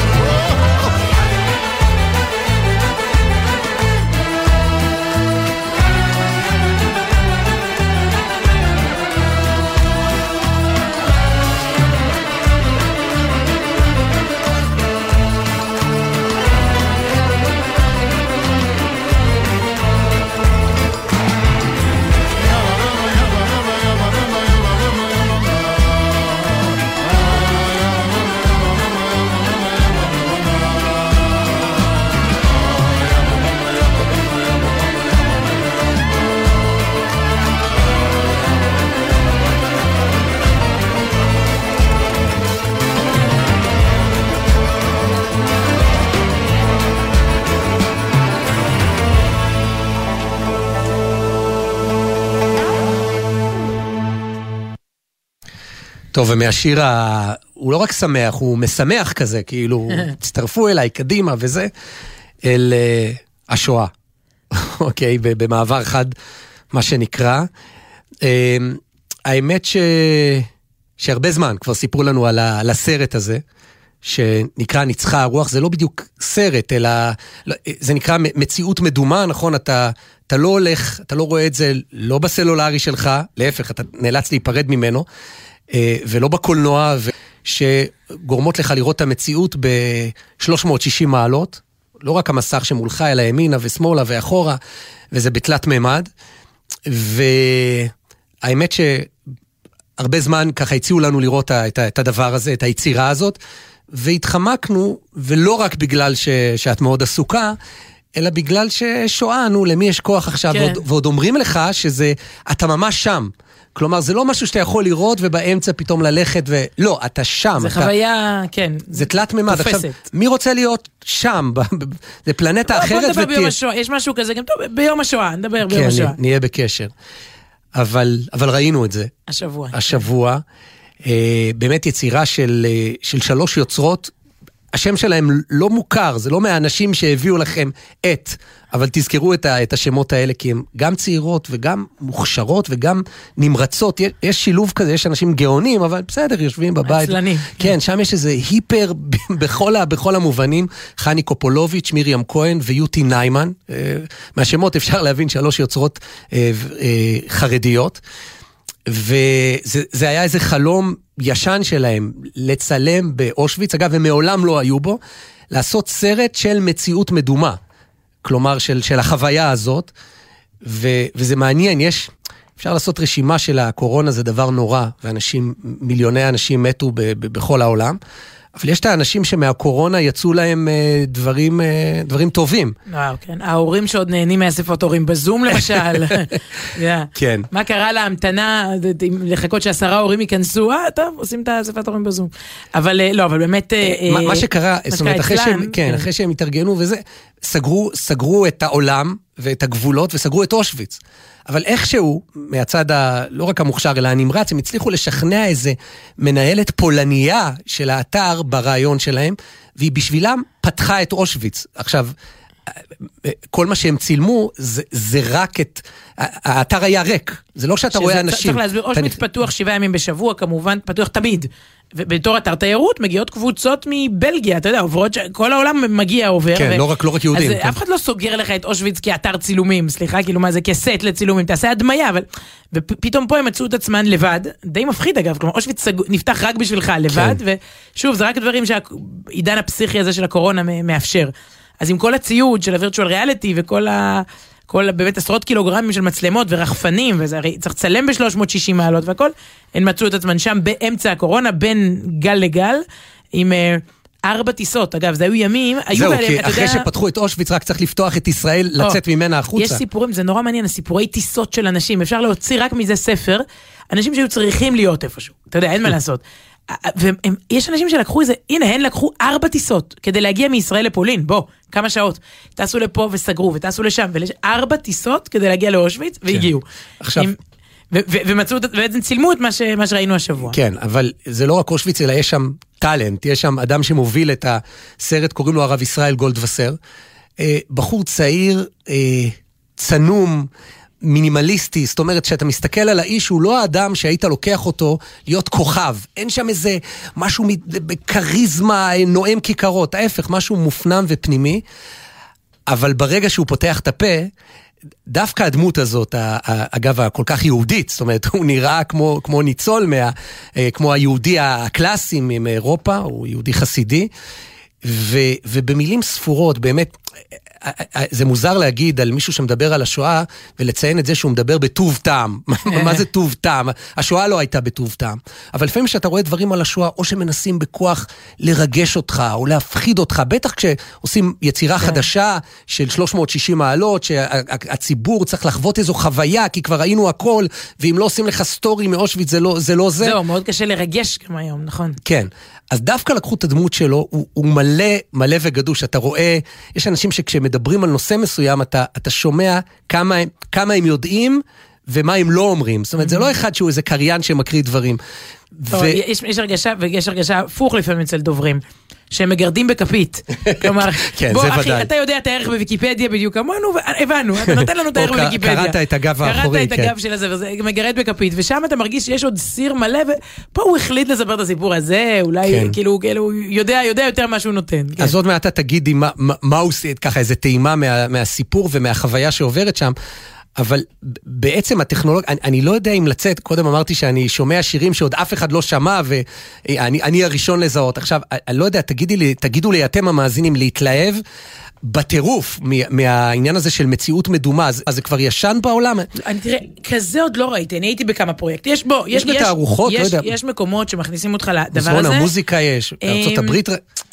טוב, ומהשיר הוא לא רק שמח, הוא משמח כזה, כאילו, תצטרפו אליי, קדימה וזה, אל השואה, אוקיי, במעבר חד, מה שנקרא. האמת שהרבה זמן כבר סיפרו לנו על הסרט הזה, שנקרא ניצחה הרוח, זה לא בדיוק סרט, אלא זה נקרא מציאות מדומה, נכון? אתה לא הולך, אתה לא רואה את זה לא בסלולרי שלך, להפך, אתה נאלץ להיפרד ממנו, ולא בקולנוע, שגורמות לך לראות את המציאות ב-360 מעלות, לא רק המסך שמולך, אלא ימינה ושמאלה ואחורה, וזה בתלת ממד, והאמת שהרבה זמן ככה הציעו לנו לראות את הדבר הזה, את היצירה הזאת, והתחמקנו, ולא רק בגלל שאת מאוד עסוקה, אלא בגלל ששואנו למי יש כוח עכשיו, כן. ועוד אומרים לך שזה, אתה ממש שם, כלומר, זה לא משהו שאתה יכול לראות ובאמצע פתאום ללכת לא, אתה שם. זה חוויה, כן. זה תלת ממד. עכשיו, מי רוצה להיות שם? זה פלנטה אחרת. בוא נדבר ביום השואה, יש משהו כזה, גם טוב, ביום השואה, נדבר ביום השואה. כן, נהיה בקשר. אבל ראינו את זה. השבוע. באמת יצירה של 3 יוצרות, השם שלהם לא מוכר, זה לא מהאנשים שהביאו לכם אבל תזכרו את השמות האלה, כי הם גם צעירות וגם מוכשרות וגם נמרצות, יש שילוב כזה, יש אנשים גאונים, אבל בסדר, יושבים בבית. עצלנים. כן, שם יש איזה היפר בכל המובנים, חני קופולוביץ', מיריam כהן ויוטי ניימן, מהשמות אפשר להבין 3 יוצרות חרדיות, וזה היה איזה חלום ישן שלהם, לצלם באושוויץ, אגב, הם מעולם לא היו בו, לעשות סרט של מציאות מדומה, כלומר של החוויה הזאת, וזה מעניין, אפשר לעשות רשימה של הקורונה, זה דבר נורא, מיליוני אנשים מתו בכל העולם, אבל יש את האנשים שמהקורונה יצאו להם דברים טובים. כן. ההורים שעוד נהנים מהאספות הורים בזום למשל. כן. מה קרה להמתנה, לחכות ש10 הורים ייכנסו, טוב, עושים את האספת הורים בזום. אבל לא, אבל באמת... מה שקרה, זאת אומרת, אחרי שהם התארגנו וזה, סגרו את העולם ואת הגבולות וסגרו את אושוויץ. אבל איכשהו, מהצד לא רק המוכשר, אלא הנמרץ, הם הצליחו לשכנע איזה מנהלת פולניה של האתר ברעיון שלהם, והיא בשבילם פתחה את אושוויץ. עכשיו, כל מה שהם צילמו, זה רק האתר היה ריק. זה לא שאתה רואה אנשים. צריך להסביר, אושוויץ פתוח 7 ימים בשבוע, כמובן, פתוח תמיד. ובתור אתר תיירות מגיעות קבוצות מבלגיה, אתה יודע, עוברות, כל העולם מגיע, עובר. כן, לא רק יהודים. אז אף אחד לא סוגר לך את אושוויץ כאתר צילומים, סליחה, כאילו מה זה, כסט לצילומים, תעשה הדמיה, אבל ופתאום פה הם מצאו את עצמן לבד, די מפחיד אגב, כלומר, אושוויץ נפתח רק בשבילך לבד, ושוב, זה רק דברים שהעידן הפסיכי הזה של הקורונה מאפשר. אז עם כל הציוד של הווירטואל ריאליטי וכל באמת עשרות קילוגרמים של מצלמות ורחפנים, וזה הרי צריך לצלם ב-360 מעלות והכל, הן מצאו את עצמן שם באמצע הקורונה, בין גל לגל, עם 4 טיסות. אגב, זה היו ימים, זהו, כי אחרי שפתחו את אושוויץ, רק צריך לפתוח את ישראל, לצאת ממנה החוצה. יש סיפורים, זה נורא מעניין, הסיפורי טיסות של אנשים, אפשר להוציא רק מזה ספר, אנשים שהיו צריכים להיות איפשהו, אתה יודע, אין מה לעשות. ויש אנשים שלקחו איזה, הנה, הן לקחו 4 טיסות, כדי להגיע מישראל לפולין, בוא, כמה שעות, טסו לפה וסגרו, וטסו לשם, 4 טיסות כדי להגיע לאושוויץ, והגיעו. עכשיו... ומצאו, ובעצם צילמו את מה שראינו השבוע. כן, אבל זה לא רק אושוויץ, אלא יש שם טלנט, יש שם אדם שמוביל את הסרט, קוראים לו הרב ישראל גולדווסר, בחור צעיר, צנום, מינימליסטי, זאת אומרת שאתה מסתכל על האיש, הוא לא האדם שהיית לוקח אותו להיות כוכב, אין שם איזה משהו בקריזמה נועם כיכרות, ההפך, משהו מופנם ופנימי, אבל ברגע שהוא פותח את הפה, דווקא הדמות הזאת, אגב, הכל כך יהודית, זאת אומרת, הוא נראה כמו ניצול, כמו היהודי הקלאסי מאירופה, הוא יהודי חסידי, ובמילים ספורות, באמת, זה מוזר להגיד על מישהו שמדבר על השואה, ולציין את זה שהוא מדבר בטוב טעם. מה זה טוב טעם? השואה לא הייתה בטוב טעם. אבל לפעמים שאתה רואה דברים על השואה, או שמנסים בכוח לרגש אותך, או להפחיד אותך, בטח כשעושים יצירה חדשה של 360 מעלות, שהציבור צריך לחוות איזו חוויה, כי כבר ראינו הכל, ואם לא עושים לך סטורי מאושוויץ, זה לא זה. זהו, מאוד קשה לרגש גם היום, נכון. כן. אז דווקא לקחו את הדמות שלו, הוא מלא וגדוש, אתה רואה, יש אנשים שכשמדברים על נושא מסוים, אתה שומע כמה הם יודעים, ומה הם לא אומרים, זאת אומרת, זה לא אחד שהוא איזה קריין שמקריא דברים. יש הרגשה הפוך לפעמים אצל דוברים, שהם מגרדים בכפית. כלומר, בוא אחי, אתה יודע את הערך בוויקיפדיה בדיוק כמונו, הבנו, אתה נותן לנו את הערך בוויקיפדיה. קראת את הגב האחורי. קראת את הגב של הזה, וזה מגרד בכפית, ושם אתה מרגיש שיש עוד סיר מלא, ופה הוא החליט לספר את הסיפור הזה, אולי כאילו הוא יודע יותר מה שהוא נותן. אז עוד מעט תגידי מה הוא עושה, ככה איזה טעימה מהסיפור ומהחוויה שעוברת שם, אבל בעצם הטכנולוגיה, אני לא יודע אם לצאת, קודם אמרתי שאני שומע שירים שעוד אף אחד לא שמע, ואני הראשון לזהות. עכשיו, אני לא יודע, תגידו לי אתם המאזינים להתלהב, בטירוף מהעניין הזה של מציאות מדומה, אז זה כבר ישן בעולם? אני תראה, כזה עוד לא ראיתי, אני הייתי בכמה פרויקט. יש בתערוכות, לא יודע. יש מקומות שמכניסים אותך לדבר הזה. מוזיאון המוזיקה יש, בארצות הברית.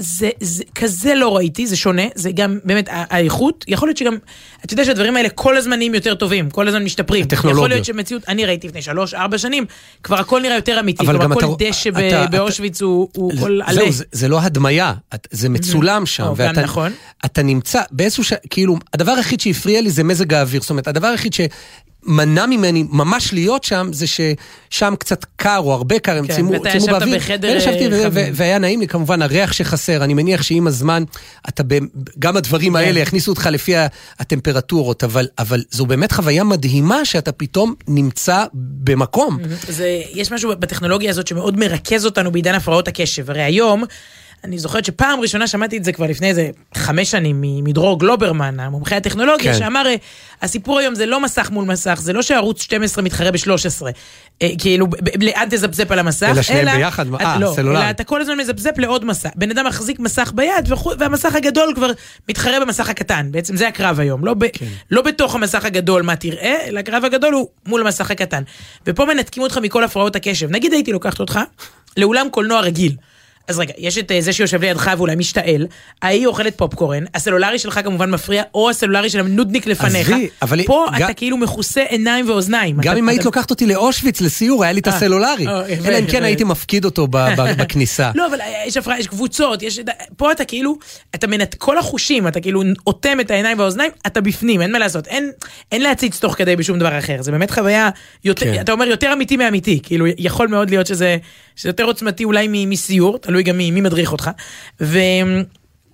כזה לא ראיתי, זה שונה, זה גם באמת האיכות, יכול להיות שגם, אתה יודע שהדברים האלה כל הזמן נהיים יותר טובים, כל הזמן משתפרים. יכול להיות שמציאות, אני ראיתי לפני 3-4 שנים, כבר הכל נראה יותר אמיתי, כבר כל דשא באושוויץ הוא כל עלה. זה לא הדמיה, זה מצולם שם, ואתה נמצא באיזשהו, כאילו, הדבר הכי שהפריע לי זה מזג האוויר, זאת אומרת, הדבר הכי שמנע ממני ממש להיות שם, זה ששם קצת קר או הרבה קר, הם ציימו באוויר, והיה נעים לי, כמובן, הריח שחסר, אני מניח שעם הזמן, גם הדברים האלה יכניסו אותך לפי הטמפרטורות, אבל זו באמת חוויה מדהימה, שאתה פתאום נמצא במקום. יש משהו בטכנולוגיה הזאת שמאוד מרכז אותנו בעידן הפרעות הקשב, הרי היום, אני זוכרת שפעם ראשונה שמעתי את זה כבר לפני איזה 5 שנים, מדרור גלוברמן, המומחה הטכנולוגיה, שאמר, הסיפור היום זה לא מסך מול מסך, זה לא שערוץ 12 מתחרה ב-13, כאילו, לאן תזפזפ על המסך, אלא שניהם ביחד, סלולר. אלא אתה כל הזמן מזפזפ לעוד מסך, בן אדם מחזיק מסך ביד, והמסך הגדול כבר מתחרה במסך הקטן, בעצם זה הקרב היום, לא בתוך המסך הגדול מה תראה, אלא הקרב הגדול הוא מול המסך הקטן, ופה מנתקים אותך מכל הפרעות הקשב, נגיד הייתי לוקחת אותך לאולם קולנוע רגיל, אז רגע, יש את זה שיושב לידך ואולי משתעל, ההיא אוכלת פופקורן, הסלולרי שלך כמובן מפריע, או הסלולרי של הנודניק לפניך. פה אתה כאילו מכוסה עיניים ואוזניים. גם אם היית לוקחת אותי לאושוויץ לסיור, היה לי את הסלולרי. אלא אם כן הייתי מפקיד אותו בכניסה. לא, אבל יש קבוצות, פה אתה כאילו, אתה מנת כל החושים, אתה כאילו אוטם את העיניים והאוזניים, אתה בפנים, אין מה לעשות, אין להציץ תוך כדי בשום דבר אחר. זה באמת חוויה, אתה אומר יותר אמיתי מאמיתי, כאילו יכול מאוד להיות שזה יותר עוצמתי אולי מסיור, תלוי גם מי מדריך אותך,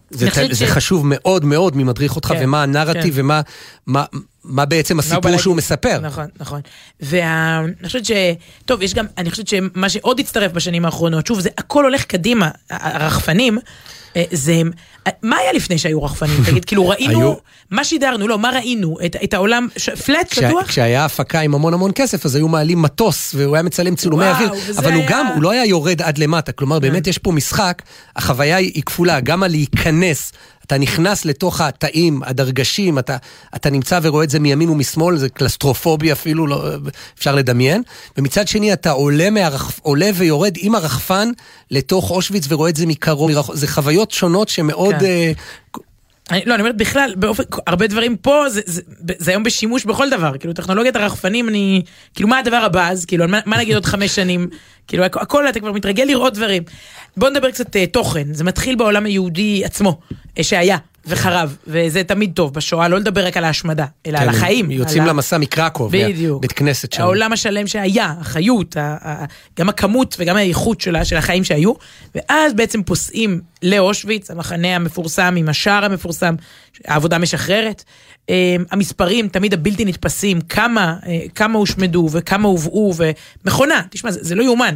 זה חשוב מאוד מאוד מי מדריך אותך, ומה הנרטיב, ומה בעצם הסיפור שהוא מספר. נכון, נכון. ואני חושבת טוב, יש גם, אני חושבת שמה שעוד הצטרף בשנים האחרונות, שוב, זה הכל הולך קדימה, הרחפנים, זה, מה היה לפני שהיו רחפנים? תגיד, כאילו ראינו, מה שידרנו, לא, מה ראינו? את העולם, פלט פתוח? כשהיה הפקה עם המון המון כסף, אז היו מעלים מטוס, והוא היה מצלם צילומי אוויר, אבל הוא לא היה יורד עד למטה, כלומר, באמת יש פה משחק, החוויה היא כפולה, גם על להיכנס, אתה נכנס לתוך התאים, הדרגשים, אתה נמצא ורואה את זה מימין ומשמאל, זה קלסטרופוביה אפילו, לא, אפשר לדמיין, ומצד שני אתה עולה ויורד עם הרחפן לתוך אושוויץ ורואה את זה מקרוב, זה חוויות שונות שמאוד... אני אומרת בכלל, הרבה דברים פה, זה היום בשימוש בכל דבר, כאילו טכנולוגיית הרחפנים, כאילו מה הדבר הבא, אז כאילו, מה נגיד עוד 5 שנים, כאילו הכל, אתה כבר מתרגל לראות דברים. בואו נדבר קצת תוכן, זה מתחיל בעולם היהודי עצמו, שהיה וחרב, וזה תמיד טוב, בשואה, לא לדבר רק על ההשמדה, אלא על החיים. יוצאים למסע מקרקוב, בית כנסת שם. העולם השלם שהיה, החיות, גם הכמות וגם האיכות של החיים שהיו, ואז בעצם פוסעים לאושוויץ, המחנה המפורסם, עם השער המפורסם, העבודה משחררת, המספרים תמיד הבלתי נתפסים, כמה הושמדו וכמה הובאו, ומכונה, תשמע, זה לא יומן,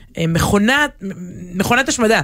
מכונת השמדה,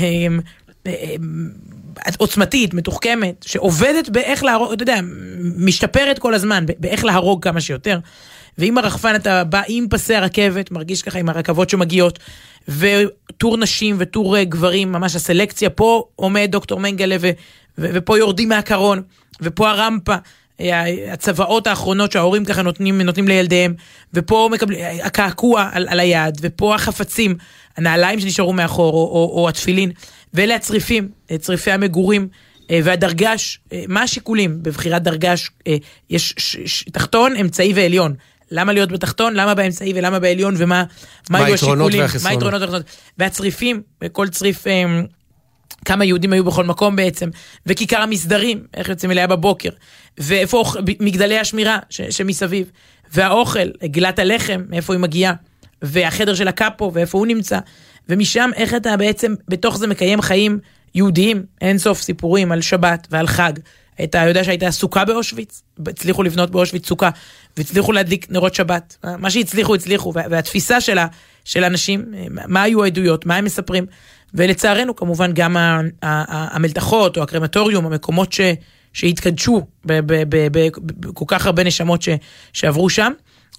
עוצמתית, מתוחכמת, שעובדת באיך להרוג, אתה יודע, משתפרת כל הזמן, באיך להרוג כמה שיותר, ועם הרחפן אתה בא עם פסי הרכבת, מרגיש ככה עם הרכבות שמגיעות, וטור נשים וטור גברים, ממש הסלקציה, פה עומד דוקטור מנגלה, ופה יורדים מהקרון, ופה הרמפה, הצבאות האחרונות שההורים ככה נותנים לילדיהם, ופה הקעקוע על היד, ופה החפצים, הנעליים שנשארו מאחור, או התפילין, ואלה הצריפים, צריפי המגורים, והדרגש, מה השיקולים? בבחירת דרגש, יש תחתון, אמצעי ועליון. למה להיות בתחתון? למה באמצעי ולמה בעליון? ומה היו השיקולים? מה היתרונות והחסרונות? והצריפים, כל צריף, כמה יהודים היו בכל מקום בעצם, וכיכר המסדרים, איך יוצאים אליה בבוקר, ואיפה מגדלי השמירה שמסביב, והאוכל, גלת הלחם, מאיפה היא מגיעה, והחדר של הקאפו, ואיפה הוא נמצא, ומשם איך אתה בעצם בתוך זה מקיים חיים יהודיים, אין סוף סיפורים על שבת ועל חג. אתה יודע שהייתה סוכה באושוויץ, הצליחו לבנות באושוויץ סוכה, והצליחו להדליק נרות שבת, מה שהצליחו, והתפיסה של אנשים, מה היו העדויות, מה הם מספרים, ולצערנו כמובן גם המלתחות או הקרמטוריום, המקומות שהתקדשו בכל כך הרבה נשמות שעברו שם,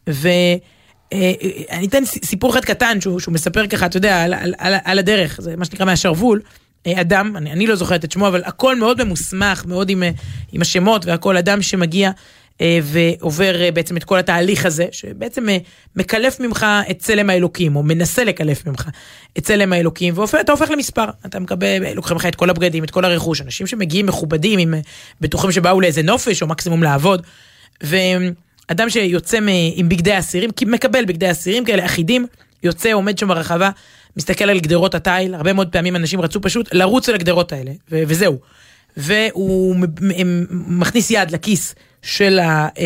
אני אתן סיפור אחד קטן שהוא מספר ככה, אתה יודע, על הדרך, זה מה שנקרא מהשרוול, אדם, אני לא זוכרת את שמו, אבל הכל מאוד ממוסמך, מאוד עם השמות, והכל אדם שמגיע ועובר בעצם את כל התהליך הזה, שבעצם מקלף ממך את צלם האלוקים, או מנסה לקלף ממך את צלם האלוקים, ואתה הופך למספר, אתה מקבל, לוקחים לך את כל הבגדים, את כל הרכוש, אנשים שמגיעים מכובדים, בטוחים שבאו לאיזה נופש, או מקסימום לעבוד, אדם שיוצא עם בגדי אסירים, מקבל בגדי אסירים כאלה אחידים, יוצא, עומד שם ברחבה, מסתכל על גדרות התיל, הרבה מאוד פעמים אנשים רצו פשוט לרוץ על הגדרות האלה, וזהו. והוא מכניס יד לכיס של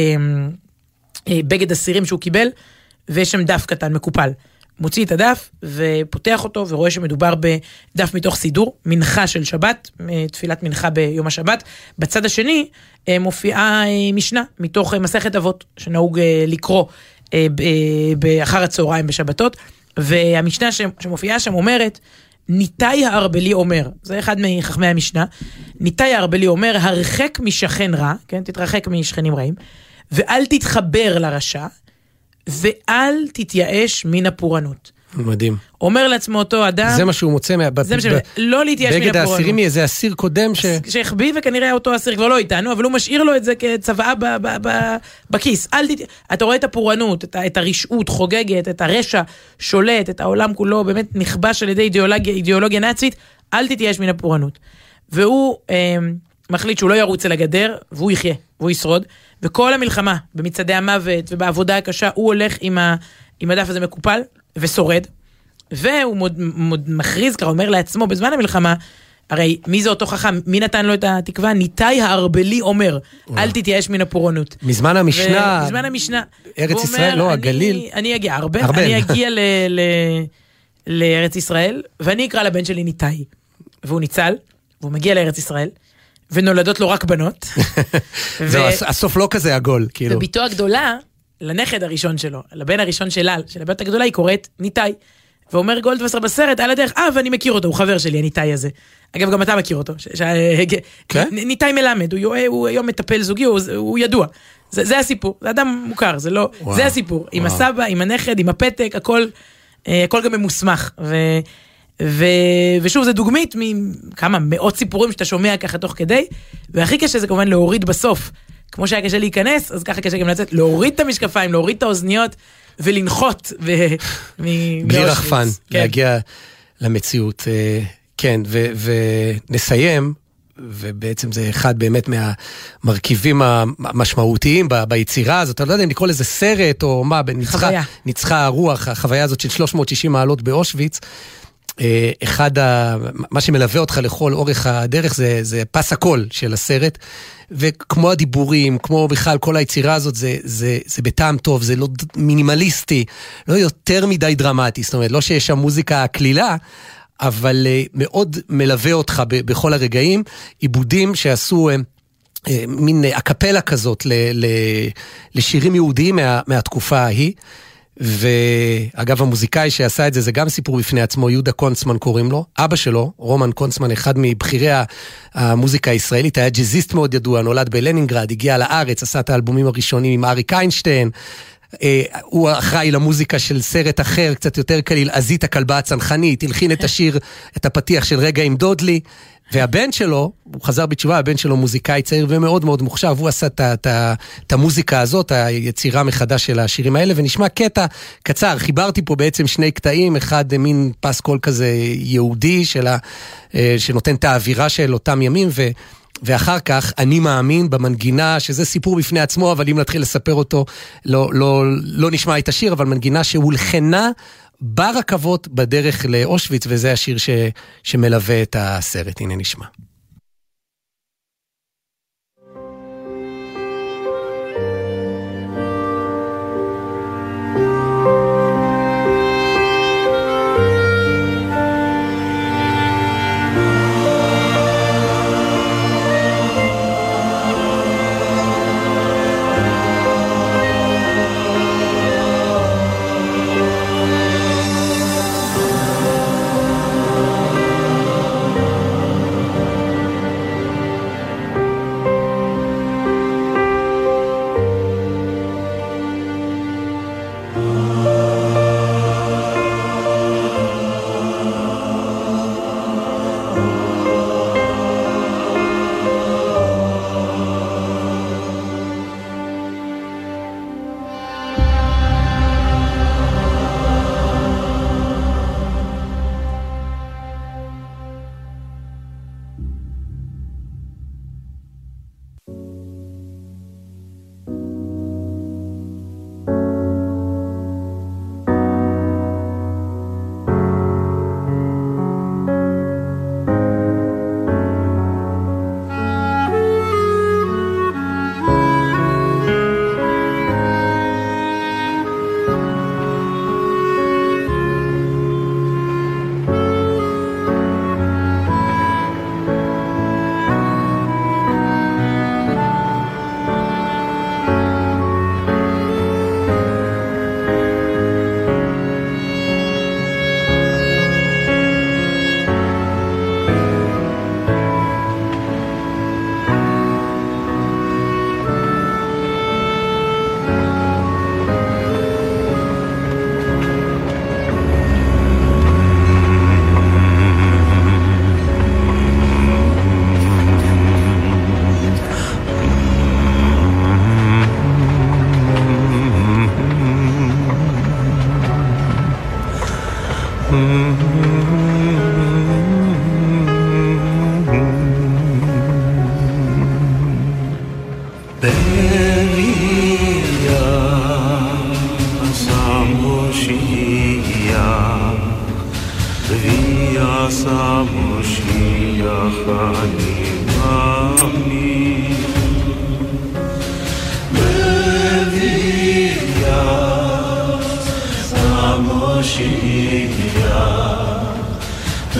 הבגד אסירים שהוא קיבל, ויש שם דף קטן מקופל. מוציא את הדף ופותח אותו, ורואה שמדובר בדף מתוך סידור, מנחה של שבת, תפילת מנחה ביום השבת. בצד השני מופיעה משנה, מתוך מסכת אבות, שנהוג לקרוא באחר הצהריים בשבתות, והמשנה שמופיעה שם אומרת, ניתאי הארבלי אומר, זה אחד מחכמי המשנה, ניתאי הארבלי אומר, הרחק משכן רע, כן, תתרחק משכנים רעים, ואל תתחבר לרשע, ואל תתייאש מן הפורענות. מדהים. אומר לעצמו אותו אדם, זה מה שהוא מוצא לא להתייאש מן בגד הפורענות. האסירים יהיה איזה אסיר קודם שהחביא, וכנראה אותו אסיר כבר לא איתנו, אבל הוא משאיר לו את זה כצוואה בכיס. אתה רואה את הפורענות, את הרשעות חוגגת, את הרשע שולט, את העולם כולו באמת נכבש על ידי אידיאולוגיה נאצית, אל תתייאש מן הפורענות. והוא מחליט שהוא לא ירוץ אל הגדר, והוא יחיה, והוא ישרוד, וכל המלחמה במצעדי המוות ובעבודה הקשה, הוא הולך עם הדף הזה מקופל ושורד, והוא מכריז, כבר אומר לעצמו בזמן המלחמה, הרי מי זה אותו חכם, מי נתן לו את התקווה? ניתאי הארבלי אומר, אל תתייאש מן הפורענות. מזמן המשנה, מזמן המשנה. ארץ ישראל, לא, הגליל. אני אגיע, אני אגיע לארץ ישראל, ואני אקרא לבן שלי ניתאי, והוא ניצל, והוא מגיע לארץ ישראל, ונולדות לו רק בנות. הסוף לא כזה עגול, כאילו. וביתו הגדולה, לנכד הראשון שלו, לבן הראשון של הבת הגדולה, היא קוראת ניטאי. ואומר גולדווסר בסרט, על הדרך, ואני מכיר אותו, הוא חבר שלי, הניטאי הזה. אגב, גם אתה מכיר אותו. ניטאי מלמד, הוא היום מטפל זוגי, הוא ידוע. זה הסיפור, זה אדם מוכר, זה לא, זה הסיפור. עם הסבא, עם הנכד, עם הפתק, הכל גם ממוסמך. ושוב, זה דוגמית מכמה מאות סיפורים שאתה שומע ככה תוך כדי, והכי קשה זה כמובן להוריד בסוף. כמו שהיה קשה להיכנס, אז ככה קשה גם לצאת, להוריד את המשקפיים, להוריד את האוזניות, ולנחות. בלי רחפן, להגיע למציאות. כן, ונסיים, ובעצם זה אחד באמת מהמרכיבים המשמעותיים ביצירה הזאת, אני לא יודע אם לקרוא לזה סרט, או מה, ניצחה הרוח, החוויה הזאת של 360 מעלות באושוויץ, מה שמלווה אותך לכל אורך הדרך זה פס הקול של הסרט, וכמו הדיבורים, כמו בכלל כל היצירה הזאת, זה בטעם טוב, זה לא מינימליסטי, לא יותר מדי דרמטי, זאת אומרת, לא שיש שם מוזיקה כלילה, אבל מאוד מלווה אותך בכל הרגעים, עיבודים שעשו מין אקפלה כזאת לשירים יהודיים מהתקופה ההיא, ואגב המוזיקאי שעשה את זה, זה גם סיפור בפני עצמו, יהודה קונצמן קוראים לו, אבא שלו, רומן קונצמן, אחד מבחירי המוזיקה הישראלית, היה ג'זיסט מאוד ידוע, נולד בלנינגרד, הגיע לארץ, עשה את האלבומים הראשונים עם אריק איינשטיין, הוא אחראי למוזיקה של סרט אחר, קצת יותר קליל, עזית הכלבה הצנחנית, הלחין את השיר, את הפתיח של רגע עם דודלי, והבן שלו, הוא חזר בתשובה, הבן שלו מוזיקאי צעיר ומאוד מאוד מוכשר, והוא עשה את המוזיקה הזאת, היצירה מחדש של השירים האלה, ונשמע קטע קצר, חיברתי פה בעצם שני קטעים, אחד מין פס קול כזה יהודי, שנותן את האווירה של אותם ימים, ואחר כך אני מאמין במנגינה, שזה סיפור בפני עצמו, אבל אם נתחיל לספר אותו, לא נשמע את השיר, אבל מנגינה שהולחנה ברכבות בדרך לאושוויץ, וזה השיר שמלווה את הסרט. הנה נשמע.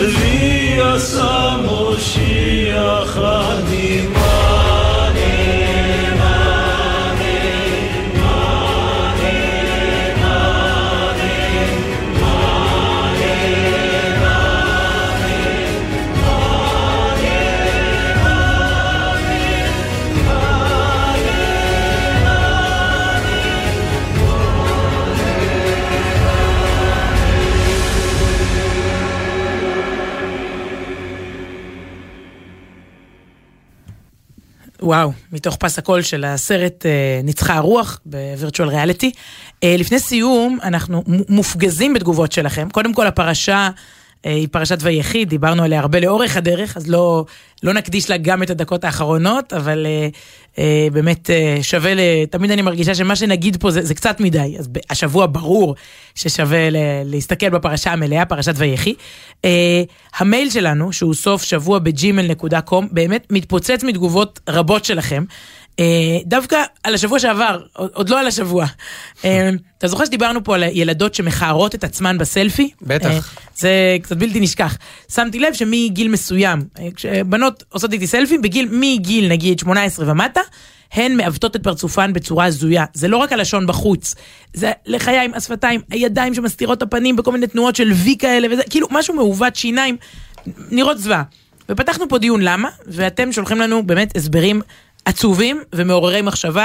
לי עשה מושיח הדימה וואו, מתוך פס הקול של הסרט ניצחה הרוח בווירטואל ריאליטי. לפני סיום, אנחנו מופגזים בתגובות שלכם. קודם כל, הפרשה היא פרשת ויחי, דיברנו עליה הרבה לאורך הדרך, אז לא נקדיש לה גם את הדקות האחרונות, אבל באמת שווה, תמיד אני מרגישה שמה שנגיד פה זה קצת מדי, אז השבוע ברור ששווה להסתכל בפרשה המלאה, פרשת ויחי. המייל שלנו, שהוא סוף שבוע ב@gmail.com, באמת מתפוצץ מתגובות רבות שלכם, דווקא על השבוע שעבר, עוד לא על השבוע. אתה זוכר שדיברנו פה על ילדות שמחארות את עצמן בסלפי? בטח. זה קצת בלתי נשכח. שמתי לב שמגיל מסוים, כשבנות עושות איתי סלפי, מגיל נגיד 18 ומטה, הן מעוותות את פרצופן בצורה הזויה. זה לא רק הלשון בחוץ, זה לחיים, השפתיים, הידיים שמסתירות את הפנים בכל מיני תנועות של וי כאלה, וזה כאילו משהו מעוות, שיניים, נראות זוועה. ופתחנו פה דיון למה, ואתם שולחים לנו באמת הסברים עצובים ומעוררי מחשבה,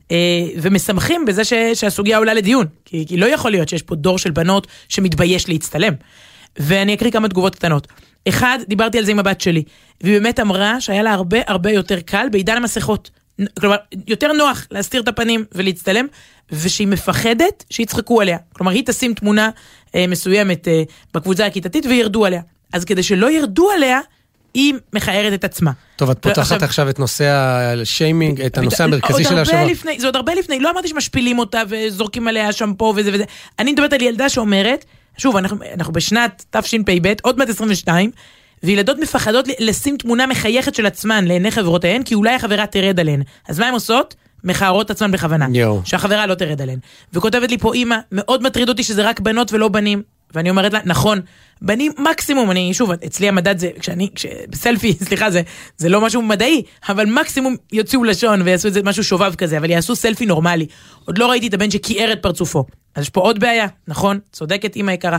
ומשמחים בזה שהסוגיה עולה לדיון, כי לא יכול להיות שיש פה דור של בנות שמתבייש להצטלם. ואני אקריא כמה תגובות קטנות. אחד, דיברתי על זה עם הבת שלי, והיא באמת אמרה שהיה לה הרבה יותר קל בעידן המסכות. כלומר, יותר נוח להסתיר את הפנים ולהצטלם, ושהיא מפחדת שיצחקו עליה. כלומר, היא תשים תמונה מסוימת בקבוצה הכיתתית וירדו עליה. אז כדי שלא ירדו עליה, היא מחיירת את עצמה. טוב, את פותחת עכשיו את נושא השיימינג, את הנושא המרכזי של השבוע. זה עוד הרבה לפני, לא אמרתי שמשפילים אותה וזורקים עליה שמפו וזה וזה. אני מדברת על ילדה שאומרת, שוב, אנחנו בשנת תשפ"ב, עוד מעט 22, וילדות מפחדות לשים תמונה מחייכת של עצמן לעיני חברותיהן, כי אולי החברה תרד עליהן. אז מה הן עושות? מחארות עצמן בכוונה. שהחברה לא תרד עליהן. וכותבת לי פה אמא, מאוד מטריד אותי שזה רק בנות ולא בנים. ואני אומרת לה, נכון, בנים מקסימום, שוב, אצלי המדד זה, בסלפי, סליחה, זה לא משהו מדעי, אבל מקסימום יוציאו לשון ויעשו את זה משהו שובב כזה, אבל יעשו סלפי נורמלי. עוד לא ראיתי את הבן שקיער את פרצופו. אז יש פה עוד בעיה, נכון? צודקת, אמא יקרה.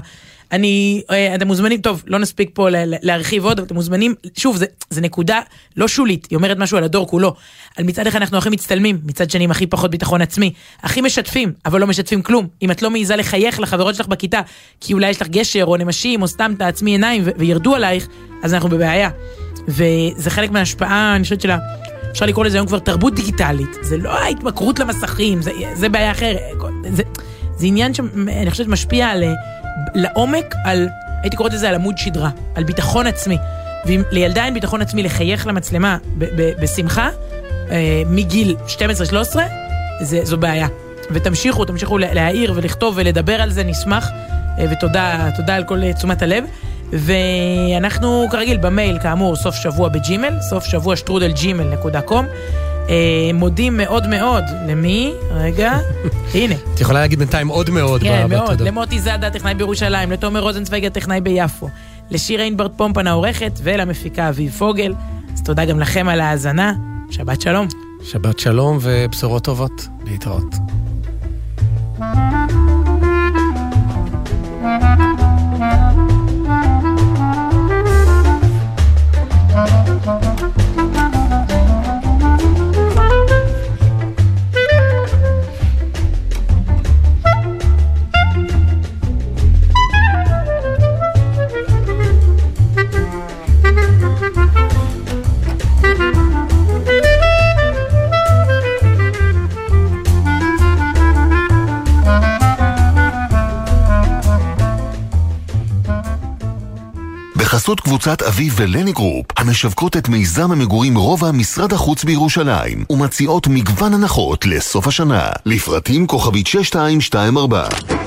אתם מוזמנים, טוב, לא נספיק פה להרחיב עוד, אבל אתם מוזמנים, שוב, זה נקודה לא שולית, היא אומרת משהו על הדור כולו. על מצד אחד אנחנו הכי מצטלמים, מצד שני הכי פחות ביטחון עצמי, הכי משתפים, אבל לא משתפים כלום. אם את לא מעיזה לחייך לחברות שלך בכיתה, כי אולי יש לך גשר או נמשים או סתם תעצמי עיניים וירדו עלייך, אז אנחנו בבעיה. וזה חלק מההשפעה, אני חושבת שלה, אפשר לקרוא לזה היום כבר תרבות דיגיטלית. זה לא ההתמכרות למסכים, זה בעיה אחרת. זה עניין שאני חושבת משפיע לעומק על, הייתי קוראת לזה על עמוד שדרה, על ביטחון עצמי. ואם לילדה אין ביטחון עצמי לחייך למצלמה בשמחה, מגיל 12-13, זו בעיה. ותמשיכו להעיר ולכתוב ולדבר על זה, נשמח, ותודה על כל תשומת הלב. ואנחנו כרגיל במייל, כאמור, סוף שבוע בג'ימל, סוף שבוע @gmail.com. מודים מאוד מאוד למי? רגע, הנה. את יכולה להגיד בינתיים עוד מאוד. כן, מאוד. למוטי זאדה, טכנאי בירושלים, לתומר רוזנצוויג, טכנאי ביפו, לשיר איינברט פומפן העורכת, ולמפיקה אביב פוגל. אז תודה גם לכם על ההאזנה. שבת שלום. שבת שלום ובשורות טובות. להתראות. בחסות קבוצת אביב ולני גרופ, המשווקות את מיזם המגורים רובע משרד החוץ בירושלים, ומציעות מגוון הנחות לסוף השנה. לפרטים כוכבית 6224.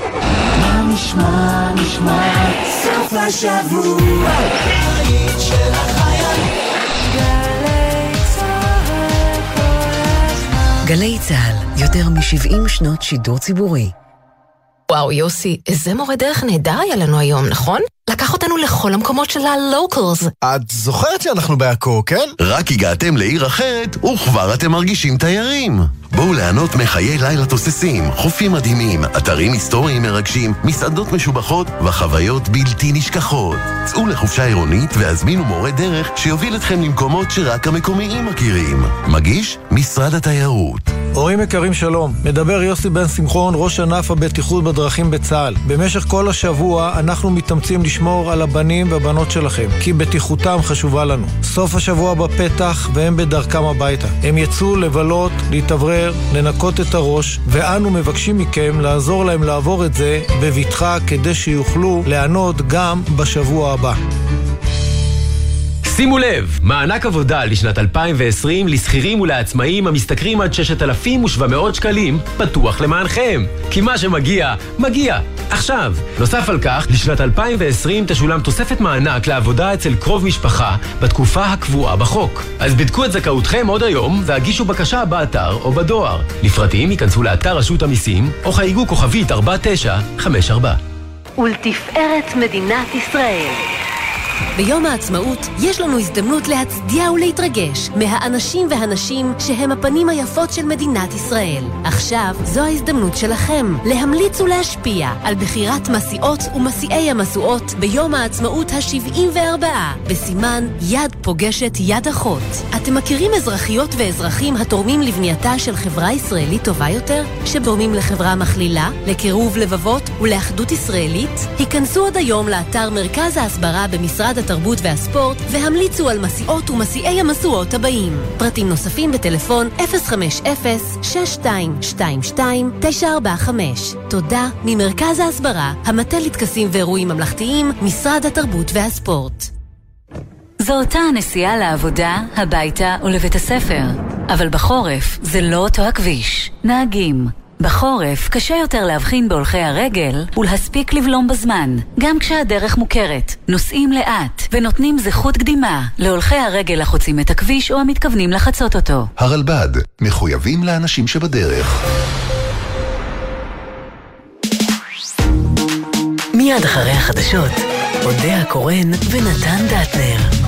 נשמע סוף השבוע היית של החייל גלי צהל כל הזמן. גלי צהל, יותר מ-70 שנות שידור ציבורי. וואו יוסי, איזה מורה דרך נהדר היה לנו היום, נכון? לקח אותנו לכל המקומות של הלוקלס. את זוכרת שאנחנו בעכו, כן? רק הגעתם לעיר אחרת, וכבר אתם מרגישים תיירים. בואו ליהנות מחיי לילה תוססים, חופים מדהימים, אתרים היסטוריים מרגשים, מסעדות משובחות וחוויות בלתי נשכחות. צאו לחופשה עירונית והזמינו מורה דרך שיוביל אתכם למקומות שרק המקומיים מכירים. מגיש משרד התיירות. הורים יקרים שלום, מדבר יוסי בן שמחון, ראש ענף הבטיחות בדרכים בצה"ל. במשך כל השבוע אנחנו מתאמצים לשמור על הבנים והבנות שלכם, כי בטיחותם חשובה לנו. סוף השבוע בפתח והם בדרכם הביתה. הם יצאו לבלות, להתאוורר, לנקות את הראש, ואנו מבקשים מכם לעזור להם לעבור את זה בבטחה כדי שיוכלו ליהנות גם בשבוע הבא. שימו לב, מענק עבודה לשנת 2020 לסחירים ולעצמאים המשתכרים עד 6,700 שקלים פתוח למענכם. כי מה שמגיע, מגיע. עכשיו, נוסף על כך, לשנת 2020 תשולם תוספת מענק לעבודה אצל קרוב משפחה בתקופה הקבועה בחוק. אז בדקו את זכאותכם עוד היום והגישו בקשה באתר או בדואר. לפרטים ייכנסו לאתר רשות המיסים או חייגו כוכבית 4954. ולתפארת מדינת ישראל. ביום העצמאות יש לנו הזדמנות להצדיע ולהתרגש מהאנשים והנשים שהם הפנים היפות של מדינת ישראל. עכשיו זו ההזדמנות שלכם להמליץ ולהשפיע על בחירת מסיעות ומסיעי המסועות ביום העצמאות ה-74 בסימן יד פוגשת יד אחות. אתם מכירים אזרחיות ואזרחים התורמים לבנייתה של חברה ישראלית טובה יותר? שדורמים לחברה מכלילה, לקירוב לבבות ולאחדות ישראלית? היכנסו עד היום לאתר מרכז ההסברה במשרד התרבות והספורט והמליצו על מסיעות ומסיעי המסועות הבאים. פרטים נוספים בטלפון 050-6222-945. תודה ממרכז ההסברה, המטה לטקסים ואירועים ממלכתיים, משרד התרבות והספורט. זו אותה הנסיעה לעבודה, הביתה ולבית הספר. אבל בחורף זה לא אותו הכביש. נהגים. בחורף קשה יותר להבחין בהולכי הרגל ולהספיק לבלום בזמן, גם כשהדרך מוכרת. נוסעים לאט ונותנים זכות קדימה להולכי הרגל החוצים את הכביש או המתכוונים לחצות אותו. הרלב"ד, מחויבים לאנשים שבדרך. מיד אחרי החדשות, אודיה קורן ונתן דטנר.